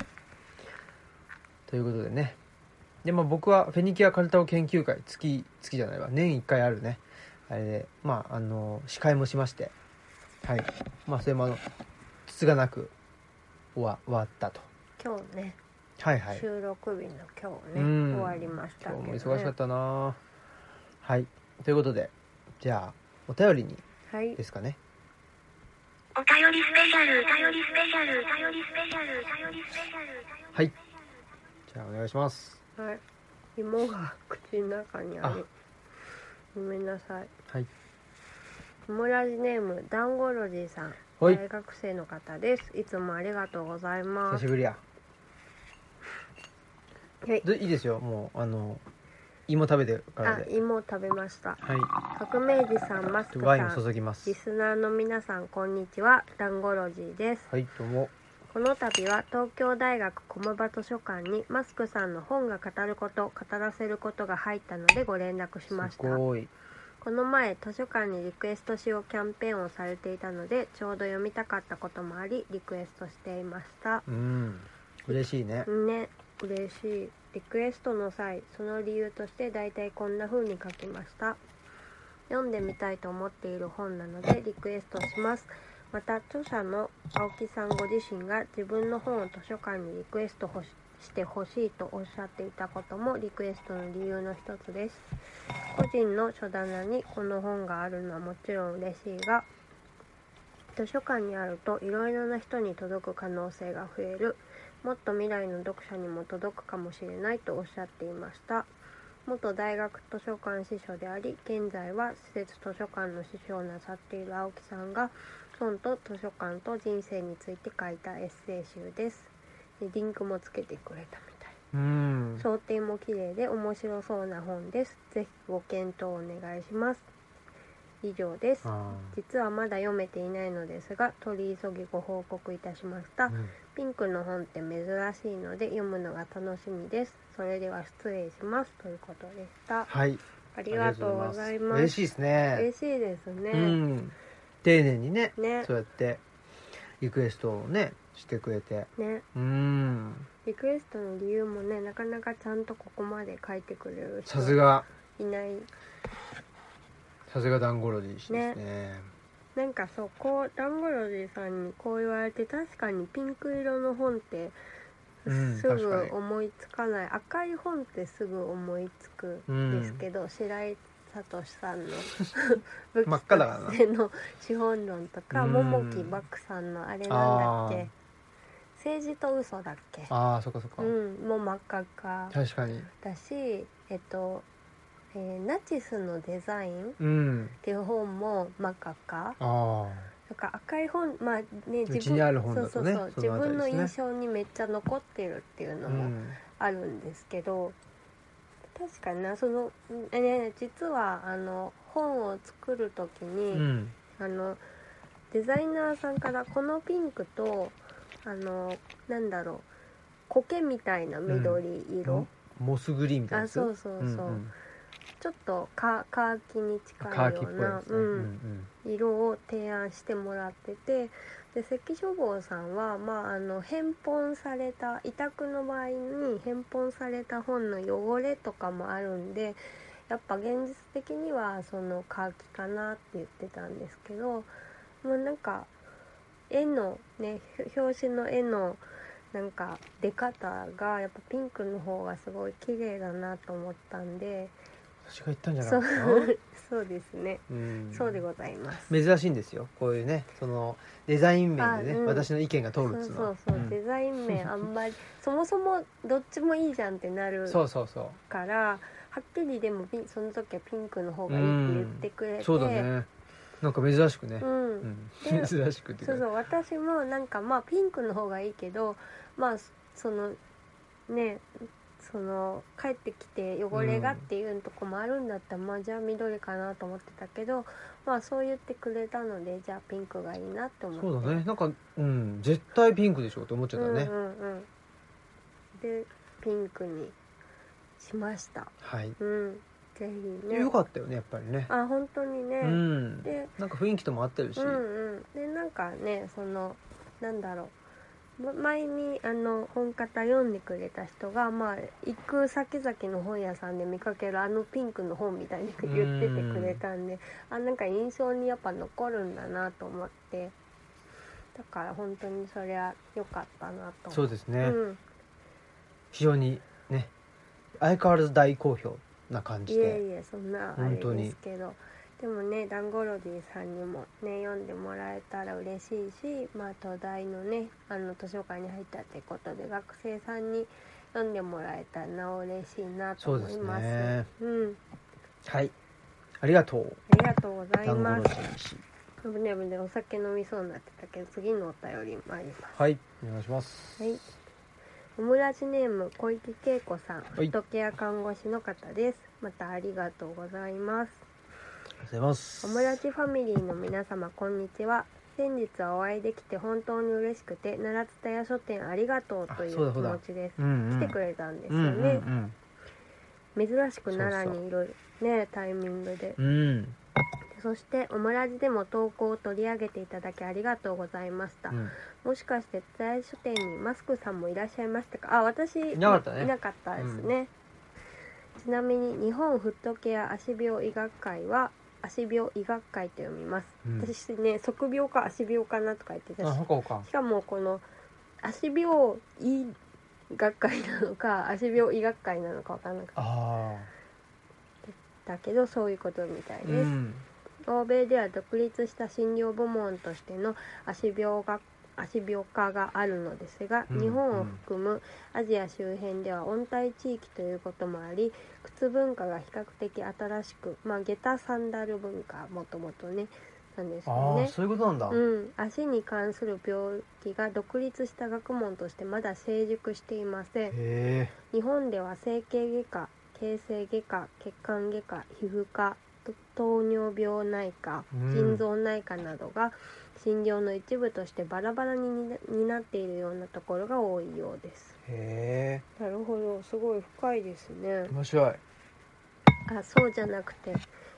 ということでね、で僕はフェニキア・カルタゴ研究会月じゃないわ、年1回あるねあれで司会もしまして、はい、それもつがなく終わったと。 今日ね、収録日の今日ね、終わりましたけどね。 今日も忙しかったな。はい、ということでじゃあお便りにですかね。 お便りスペシャル。 はい、じゃあお願いします。 はい、芋が口の中にある。ごめんなさい。はい。芋ラジネームダンゴロジーさん、大学生の方です。いつもありがとうございます。 久しぶりや。いいですよ、もう芋食べてからで。 芋食べました。革命児さん、マスクさん、ワインを注ぎます。 リスナーの皆さん、こんにちは。ダンゴロジーです。 はい、どうも。 この度は東京大学駒場図書館にマスクさんの本が語らせることが入ったのでご連絡しました。 すごい。 この前図書館にリクエストしようキャンペーンをされていたので、ちょうど読みたかったこともありリクエストしていました。 嬉しいね。 嬉しい。リクエストの際、その理由としてだいたいこんな風に書きました。読んでみたいと思っている本なのでリクエストします。また著者の青木さんご自身が自分の本を図書館にリクエストしてほしいとおっしゃっていたこともリクエストの理由の一つです。個人の書棚にこの本があるのはもちろん嬉しいが、 図書館にあるといろいろな人に届く可能性が増える。もっと未来の読者にも届くかもしれないとおっしゃっていました。元大学図書館司書であり、現在は施設図書館の司書をなさっている青木さんが、本と図書館と人生について書いたエッセイ集です。でリンクもつけてくれたみたい。想定も綺麗で面白そうな本です。ぜひご検討お願いします。以上です。実はまだ読めていないのですが、取り急ぎご報告いたしました。ピンクの本って珍しいので読むのが楽しみです。それでは失礼します、ということでした。 はい、 ありがとうございます。 嬉しいですね。 嬉しいですね。 丁寧にね、そうやってリクエストをねしてくれてね。 リクエストの理由もね、なかなかちゃんとここまで書いてくれる人さすがいない。 さすがダンゴロジー氏ですね。 なんかそう、こうダンゴロジーさんにこう言われて、確かにピンク色の本ってすぐ思いつかない。赤い本ってすぐ思いつくんですけど、白井聡さんの武器特性の資本論とか、桃木漠さんのあれなんだっけ、政治と嘘だっけ、 そっかそっか、 もう真っ赤っか確かにだし、ナチスのデザインっていう本も真っ赤っか。だから赤い本、まあね、 うちにある本だとね、 自分の印象にめっちゃ残ってるっていうのもあるんですけど、確かにな、その実は本を作る時に、デザイナーさんからこのピンクとなんだろう、苔みたいな緑色、 モスグリーンみたいなやつ、 そう、ちょっとカーキに近いような、色を提案してもらってて、で関書房さんは、返本された委託の場合に返本された本の汚れとかもあるんで、やっぱ現実的にはそのカーキかなって言ってたんですけど、もうなんか絵のね、表紙の絵のなんか出方がやっぱピンクの方がすごい綺麗だなと思ったんで、 私が言ったんじゃないかな。 そうですね、そうでございます。 珍しいんですよ、こういうね、そのデザイン面でね、私の意見が通るっていうのは。 デザイン面あんまりそもそもどっちもいいじゃんってなるからはっきりでもその時はピンクの方がいいって言ってくれて、 そうだね、なんか珍しくね、珍しくっていうか、 私もなんかピンクの方がいいけど、そのね、その帰ってきて汚れがっていうとこもあるんだったら、じゃあ緑かなと思ってたけど、そう言ってくれたので、じゃあピンクがいいなって思って。 そうだね、なんか絶対ピンクでしょって思っちゃったね。 でピンクにしました。 はい、 ぜひね。 よかったよね、やっぱりね。 本当にね。 でなんか雰囲気とも合ってるし、 でなんかね、そのなんだろう、前に本方読んでくれた人が、行く先々の本屋さんで見かけるピンクの本みたいに言っててくれたんで、なんか印象にやっぱ残るんだなと思って、だから本当にそれは良かったなと。 そうですね、非常にね、相変わらず大好評な感じで。 いえそんなあれですけど、でもね、ダンゴロディさんにもね読んでもらえたら嬉しいし、東大のね図書館に入ったってことで学生さんに読んでもらえたらなお嬉しいなと思います。 はい、ありがとうございます。危ねお酒飲みそうになってたけど、次のお便り参ります。 はい、お願いします。 はい、オムラジネーム小池恵子さん、フットケア看護師の方です。またありがとうございます。オムラジファミリーの皆様、こんにちは。先日はお会いできて本当に嬉しくて、奈良蔦屋書店ありがとうという気持ちです。来てくれたんですよね。珍しく奈良にいるね、タイミングで。そしてオムラジでも投稿を取り上げていただきありがとうございました。もしかして蔦屋書店にマスクさんもいらっしゃいましたか？私いなかったですね。ちなみに日本フットケア足病医学会は足病医学会と読みます。私ね、測病か足病かなとか言ってたし、しかもこの足病医学会なのか足病医学会なのか分からなかったけど、そういうことみたいです。 欧米では独立した診療部門としての足病科があるのですが、日本を含むアジア周辺では温帯地域ということもあり、靴文化が比較的新しく、下駄サンダル文化もともとねなんですよね。 そういうことなんだ。 足に関する病気が独立した学問としてまだ成熟していません。日本では整形外科、形成外科、血管外科、皮膚科、糖尿病内科、腎臓内科などが診療の一部としてバラバラになっているようなところが多いようです。なるほど、すごい深いですね。 面白い。 そうじゃなくて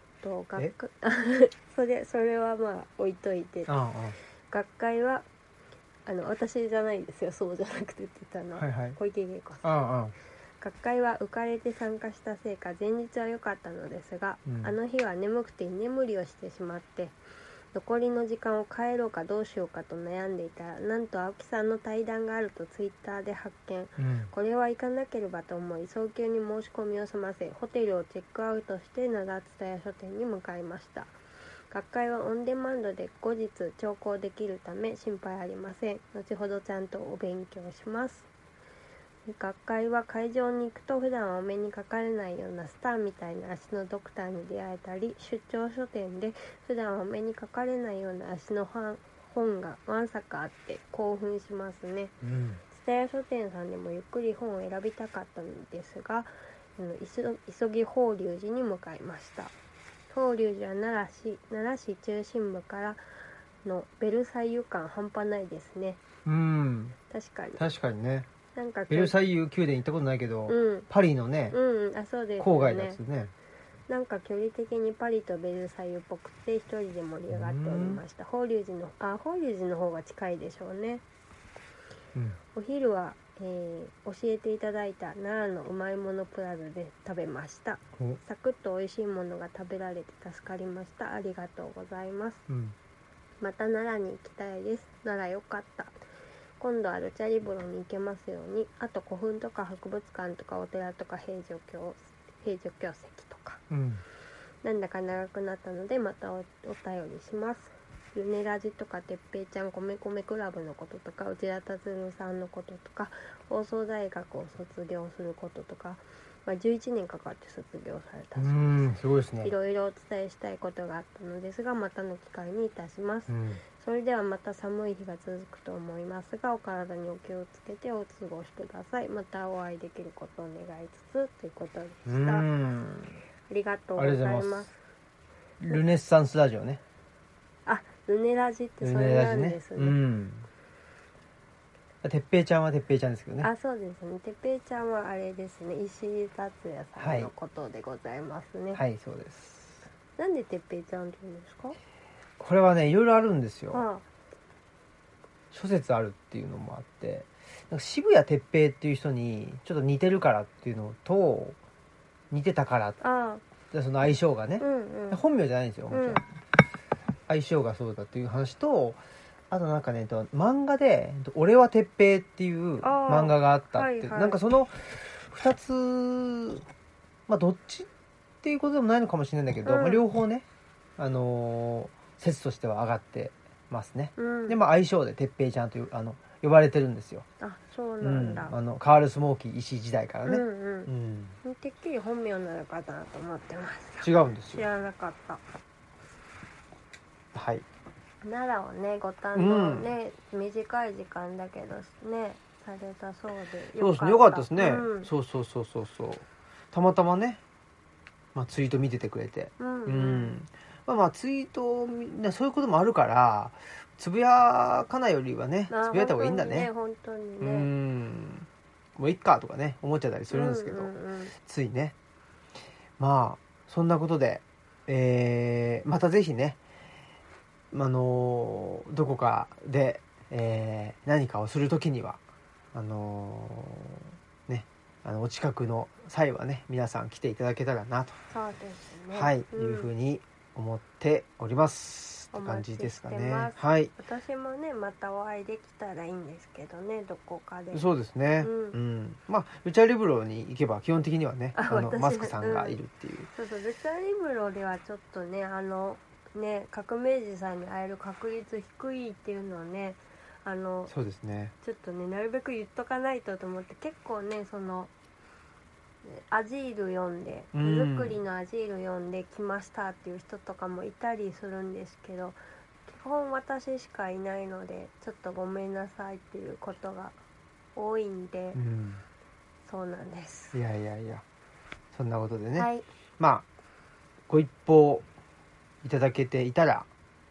それは置いといて、学会は私じゃないですよ、そうじゃなくてって言ったのは、小池芸子さん。学会は浮かれて参加したせいか前日は良かったのですが、あの日は眠くて居眠りをしてしまって、残りの時間を帰ろうかどうしようかと悩んでいたら、なんと青木さんの対談があるとツイッターで発見、これは行かなければと思い早急に申し込みを済ませ、ホテルをチェックアウトして灘蔦屋書店に向かいました。学会はオンデマンドで後日聴講できるため心配ありません。後ほどちゃんとお勉強します。学会は会場に行くと普段はお目にかかれないようなスターみたいな足のドクターに出会えたり、出張書店で普段はお目にかかれないような足の本がわんさかあって興奮しますね。蔦屋書店さんでもゆっくり本を選びたかったのですが、急ぎ法隆寺に向かいました。法隆寺は奈良市中心部からのベルサイユ感半端ないですね。確かにね。なんかベルサイユ宮殿行ったことないけど、パリのね、 そうですね、 郊外ですね。 なんか距離的にパリとベルサイユっぽくて一人で盛り上がっておりました。法隆寺の方が近いでしょうね。お昼は、教えていただいた奈良のうまいものプラザで食べました。サクッと美味しいものが食べられて助かりました。ありがとうございます。また奈良に行きたいです。奈良よかった。今度はルチャリブロに行けますように。あと古墳とか博物館とかお寺とか平城京石とか、なんだか長くなったのでまた お便りします。ルネラジとかてっぺいちゃん米米クラブのこととか、内田達郎さんのこととか、放送大学を卒業することとか、11年かかって卒業されたそうです。 すごいですね。 いろいろお伝えしたいことがあったのですが、またの機会にいたします。それではまた寒い日が続くと思いますが、お体にお気をつけてお過ごしください。またお会いできることを願いつつということでした。ありがとうございます。 ルネッサンスラジオね。 ルネラジってそれなんですね。 てっぺいちゃんはてっぺいちゃんですけどね。 そうですね。てっぺいちゃんはあれですね、石井達也さんのことでございますね。 はい、そうです。 なんでてっぺいちゃんって言うんですか？ これはね、いろいろあるんですよ。諸説あるっていうのもあって、なんか渋谷哲平っていう人にちょっと似てるからっていうのと、似てたからでその相性がね、本名じゃないんですよ、もちろん。相性がそうだっていう話と、あとなんかね、漫画で俺は哲平っていう漫画があったって、なんかその2つ、どっちっていうことでもないのかもしれないんだけど、両方ね、説としては上がってますね。で、相性で哲平ちゃんという呼ばれてるんですよ。 そうなんだ。 カールスモーキー石時代からね。 てっきり本名なのかなと思ってました。 違うんですよ。 知らなかった。 はい。 奈良をね、ご堪能ね、短い時間だけどねされたそうでよかった。そうですね、よかったですね。そう。たまたまね、ツイート見ててくれて、ツイートそういうこともあるから、つぶやかないよりはね、つぶやいた方がいいんだね。 本当にね。 もういっかとかね思っちゃったりするんですけど、ついね。そんなことで、またぜひね、どこかで、何かをするときにはお近くの際はね、皆さん来ていただけたらなと、 そうですね、 いうふうに思っておりますって感じですかね。はい。 私もね、またお会いできたらいいんですけどね、どこかで。 そうですね。ルチャリブロに行けば基本的にはね、マスクさんがいるっていう。 ルチャリブロではちょっとね、 ね革命児さんに会える確率低いっていうのをねそうですね、 ちょっとねなるべく言っとかないとと思って、結構ねそのアジール読んで手作りのアジール読んで来ましたっていう人とかもいたりするんですけど、基本私しかいないのでちょっとごめんなさいっていうことが多いんで、そうなんです。 いやいやいや、そんなことでね、 はい、 まあご一報いただけていたら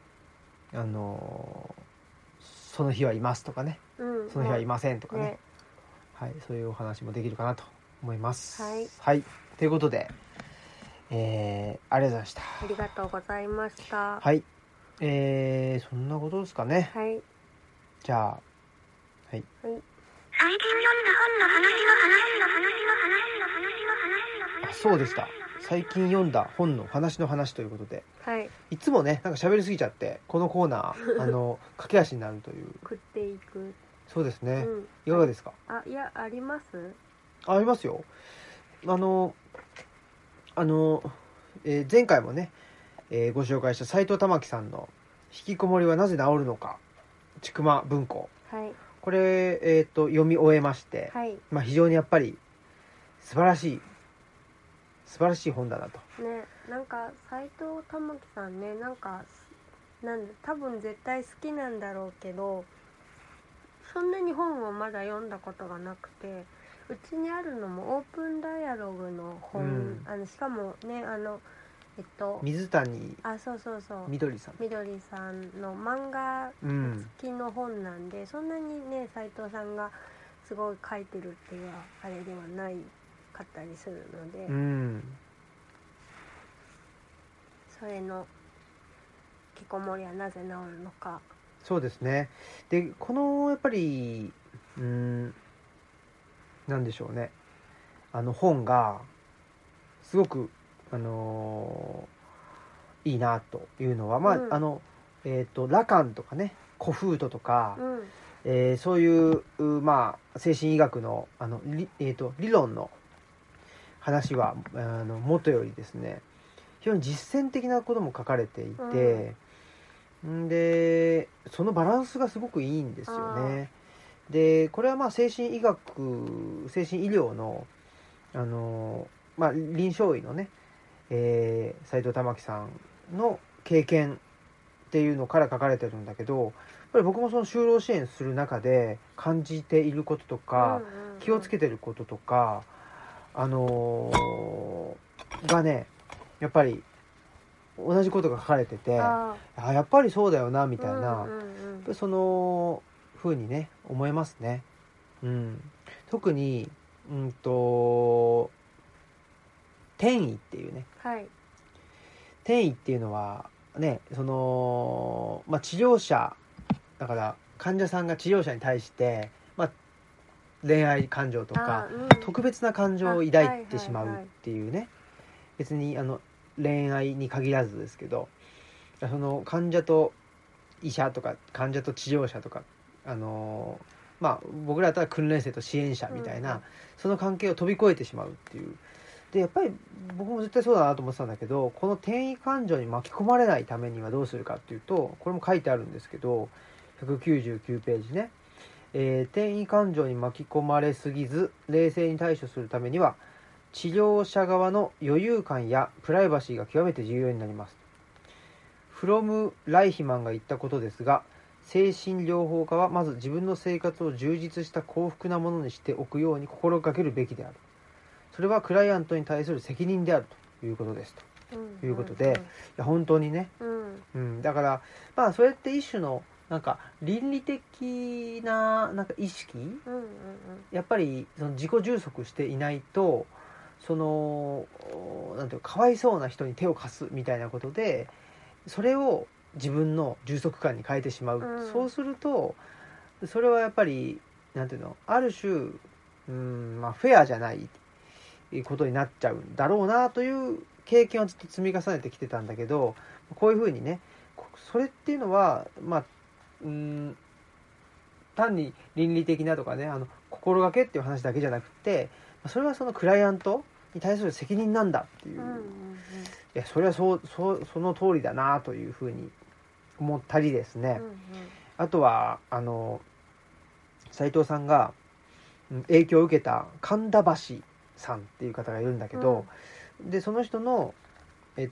その日はいますとかね、その日はいませんとかね、はい、そういうお話もできるかなと思います。 はい、 ということで、ありがとうございました。 ありがとうございました。 はい、そんなことですかね。 はい、 じゃあ、はい、 最近読んだ本の話そうでした。最近読んだ本の話の話ということで、 はい、 いつもねなんか喋りすぎちゃってこのコーナー駆け足になるという。 食っていく。 そうですね、いかがですか？ いや、あります？ ありますよ。前回もね、ご紹介した斎藤玉樹さんの引きこもりはなぜ治るのか、ちくま文庫、 はい、 これ、読み終えまして、 はい、 非常にやっぱり素晴らしい本だなと。 ね、なんか斎藤玉樹さんね、多分絶対好きなんだろうけど、そんなに本をまだ読んだことがなくて、うちにあるのもオープンダイアログの本、しかもね水谷みどりさんの漫画付きの本なんで、そんなにね斎藤さんがすごい書いてるっていうあれではないかったりするので、それの引きこもりはなぜ治るのか。 そうですね。でこのやっぱりなんでしょうね、本がすごくいいなというのは、ラカンとかね、コフートとか、そういう精神医学の理論の話はもとよりですね、非常に実践的なことも書かれていて、でそのバランスがすごくいいんですよね。でこれは精神医療の臨床医のね、斎藤玉樹さんの経験っていうのから書かれてるんだけど、やっぱり僕もその就労支援する中で感じていることとか、気をつけてることとかがね、やっぱり同じことが書かれてて、やっぱりそうだよなみたいな、その風にね思いますね。特に転移っていうね、転移っていうのはね、治療者だから患者さんが治療者に対して、恋愛感情とか、特別な感情を抱いてしまうっていうね、別に恋愛に限らずですけど、その患者と医者とか患者と治療者とか僕らだったら訓練生と支援者みたいな、その関係を飛び越えてしまうっていう。でやっぱり僕も絶対そうだなと思ってたんだけど、この転移感情に巻き込まれないためにはどうするかっていうと、これも書いてあるんですけど、199ページね、転移感情に巻き込まれすぎず冷静に対処するためには、治療者側の余裕感やプライバシーが極めて重要になります。フロム・ライヒマンが言ったことですが、精神療法家はまず自分の生活を充実した幸福なものにしておくように心がけるべきである。それはクライアントに対する責任であるということですということで、いや本当にね、だからそれって一種の倫理的な意識、やっぱりその自己充足していないと、なんていうかわいそうな人に手を貸すみたいなことで、それを自分の充足感に変えてしまう、そうするとそれはやっぱりなんていうの、ある種フェアじゃないことになっちゃうんだろうなという経験をずっと積み重ねてきてたんだけど、こういうふうにね、それっていうのは単に倫理的なとかね、心がけっていう話だけじゃなくて、それはそのクライアントに対する責任なんだっていう、いやそれはその通りだなというふうに思ったりですね、あとは斉藤さんが影響を受けた神田橋さんっていう方がいるんだけど、でその人の言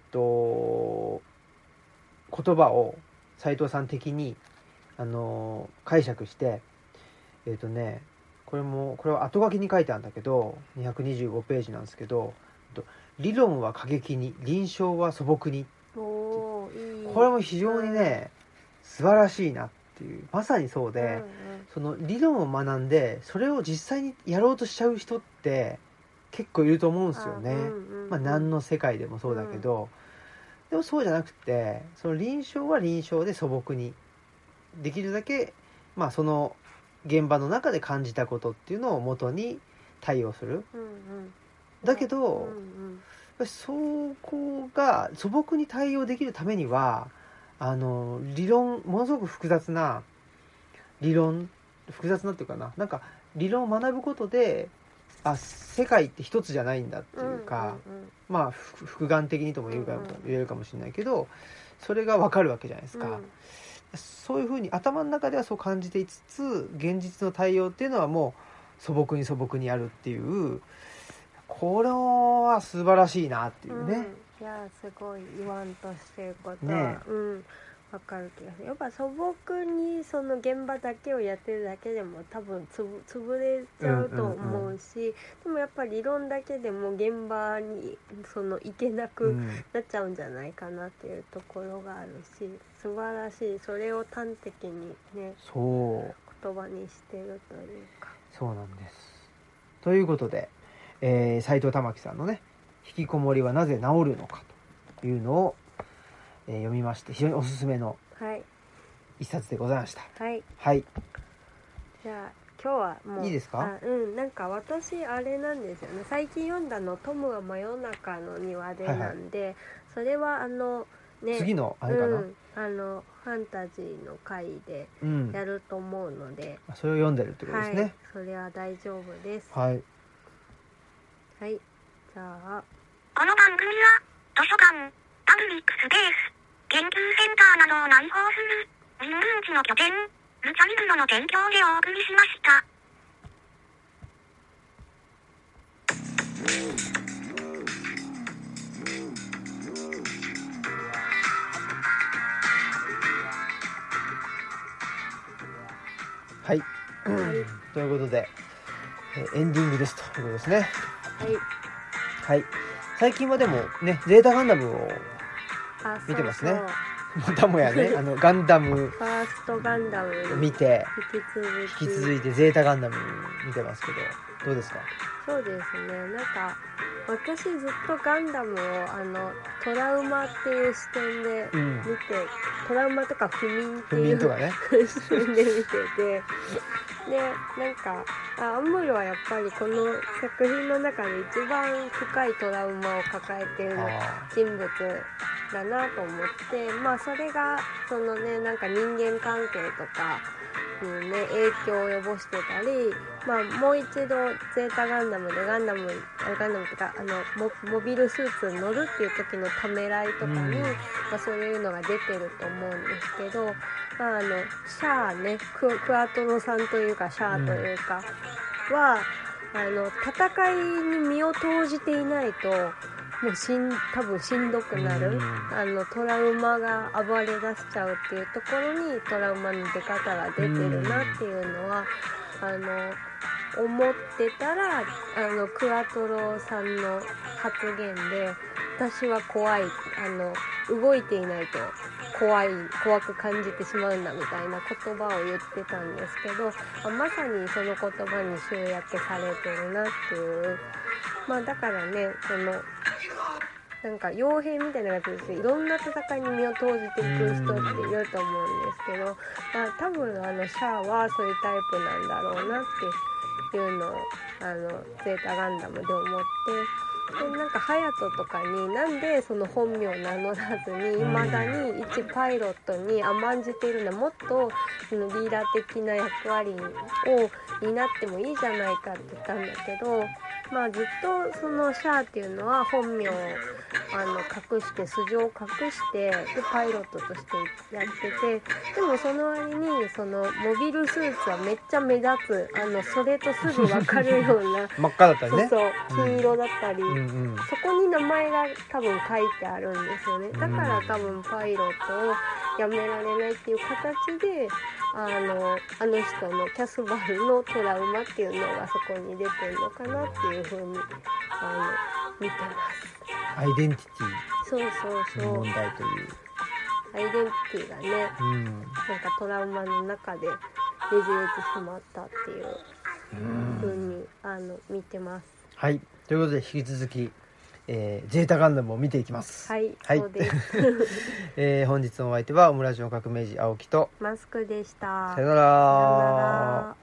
葉を斉藤さん的に解釈して、これは後書きに書いてあるんだけど225ページなんですけど、理論は過激に臨床は素朴に、これも非常にね素晴らしいなっていう、まさにそうで、その理論を学んでそれを実際にやろうとしちゃう人って結構いると思うんですよね。何の世界でもそうだけど、でもそうじゃなくて、その臨床は臨床で素朴にできるだけ、その現場の中で感じたことっていうのを元に対応する、だけど、そこが素朴に対応できるためには理論、ものすごく複雑なっていうかなんか理論を学ぶことで世界って一つじゃないんだっていうか、複眼的にとも言えるかもしれないけど、それが分かるわけじゃないですか、そういうふうに頭の中ではそう感じていつつ、現実の対応っていうのはもう素朴にやるっていう、これは素晴らしいなっていうね、 いやすごい言わんとしてることは、分かる気がする。やっぱ素朴にその現場だけをやってるだけでも多分潰れちゃうと思うし、でもやっぱり理論だけでも現場に行けなくなっちゃうんじゃないかなっていうところがあるし、素晴らしい。それを端的にね言葉にしてるというか。 そうなんです。ということで、斉藤珠樹さんのね引きこもりはなぜ治るのかというのを読みまして、非常におすすめの一冊でございました。はい。 じゃあ今日はもういいですか？ なんか私あれなんですよね。最近読んだのトムは真夜中の庭でなんで、それは次のあれかな？ ファンタジーの回でやると思うので、 それを読んでるってことですね。 それは大丈夫です。 はい。 じゃあこの番組は図書館、パブリックスペース、研究センターなどを内包する人文地の拠点、ルチャリブロの提供でお送りしました。 はい、ということでエンディングですということですね。はい。最近はでもねゼータガンダムを見てますね。またもやねガンダムファーストガンダム見て引き続いてゼータガンダム見てますけど、どうですか？ そうですね。なんか私ずっとガンダムをトラウマっていう視点で見て、トラウマとか不眠っていうとかね視点で見てて、でなんかアムールはやっぱりこの作品の中で一番深いトラウマを抱えている人物だなと思って、それがなんか人間関係とかにね影響を及ぼしてたり、もう一度ゼータガンダムでガンダムとかモビルスーツに乗るっていう時のためらいとかに、そういうのが出てると思うんですけど、シャアね、クアトロさんというかシャアというかは戦いに身を投じていないともう多分しんどくなる、トラウマが暴れ出しちゃうっていうところにトラウマの出方が出てるなっていうのは思ってたらクアトロさんの発言で、私は怖い動いていないと怖く感じてしまうんだみたいな言葉を言ってたんですけど、まさにその言葉に集約されてるなっていう、だからねなんか傭兵みたいな形でいろんな戦いに身を投じていく人っていると思うんですけど、多分シャアはそういうタイプなんだろうなっていうのをゼータガンダムで思って、でなんかハヤトとかになんでその本名を名乗らずに未だに一パイロットに甘んじているのはもっとリーダー的な役割を担ってもいいじゃないかって言ったんだけど、 まあずっとそのシャアっていうのは本名を隠して素性を隠してでパイロットとしてやってて、でもその割にそのモビルスーツはめっちゃ目立つそれとすぐ分かるような真っ赤だったりね。 そう金色だったり、 うんうん、 そこに名前が多分書いてあるんですよね。だから多分パイロットをやめられないっていう形であの人のキャスバルのトラウマっていうのがそこに出てるのかなっていう風に見てます。 アイデンティテそうそうィの問題というアイデンティティがね、なんかトラウマの中でねじれてしまったっていう風に見てます。 はい、ということで引き続きゼータガンダムを見ていきます。 はい、はい、そうです、 本日のお相手はオムラジオ革命児青木とマスクでした。 さよなら。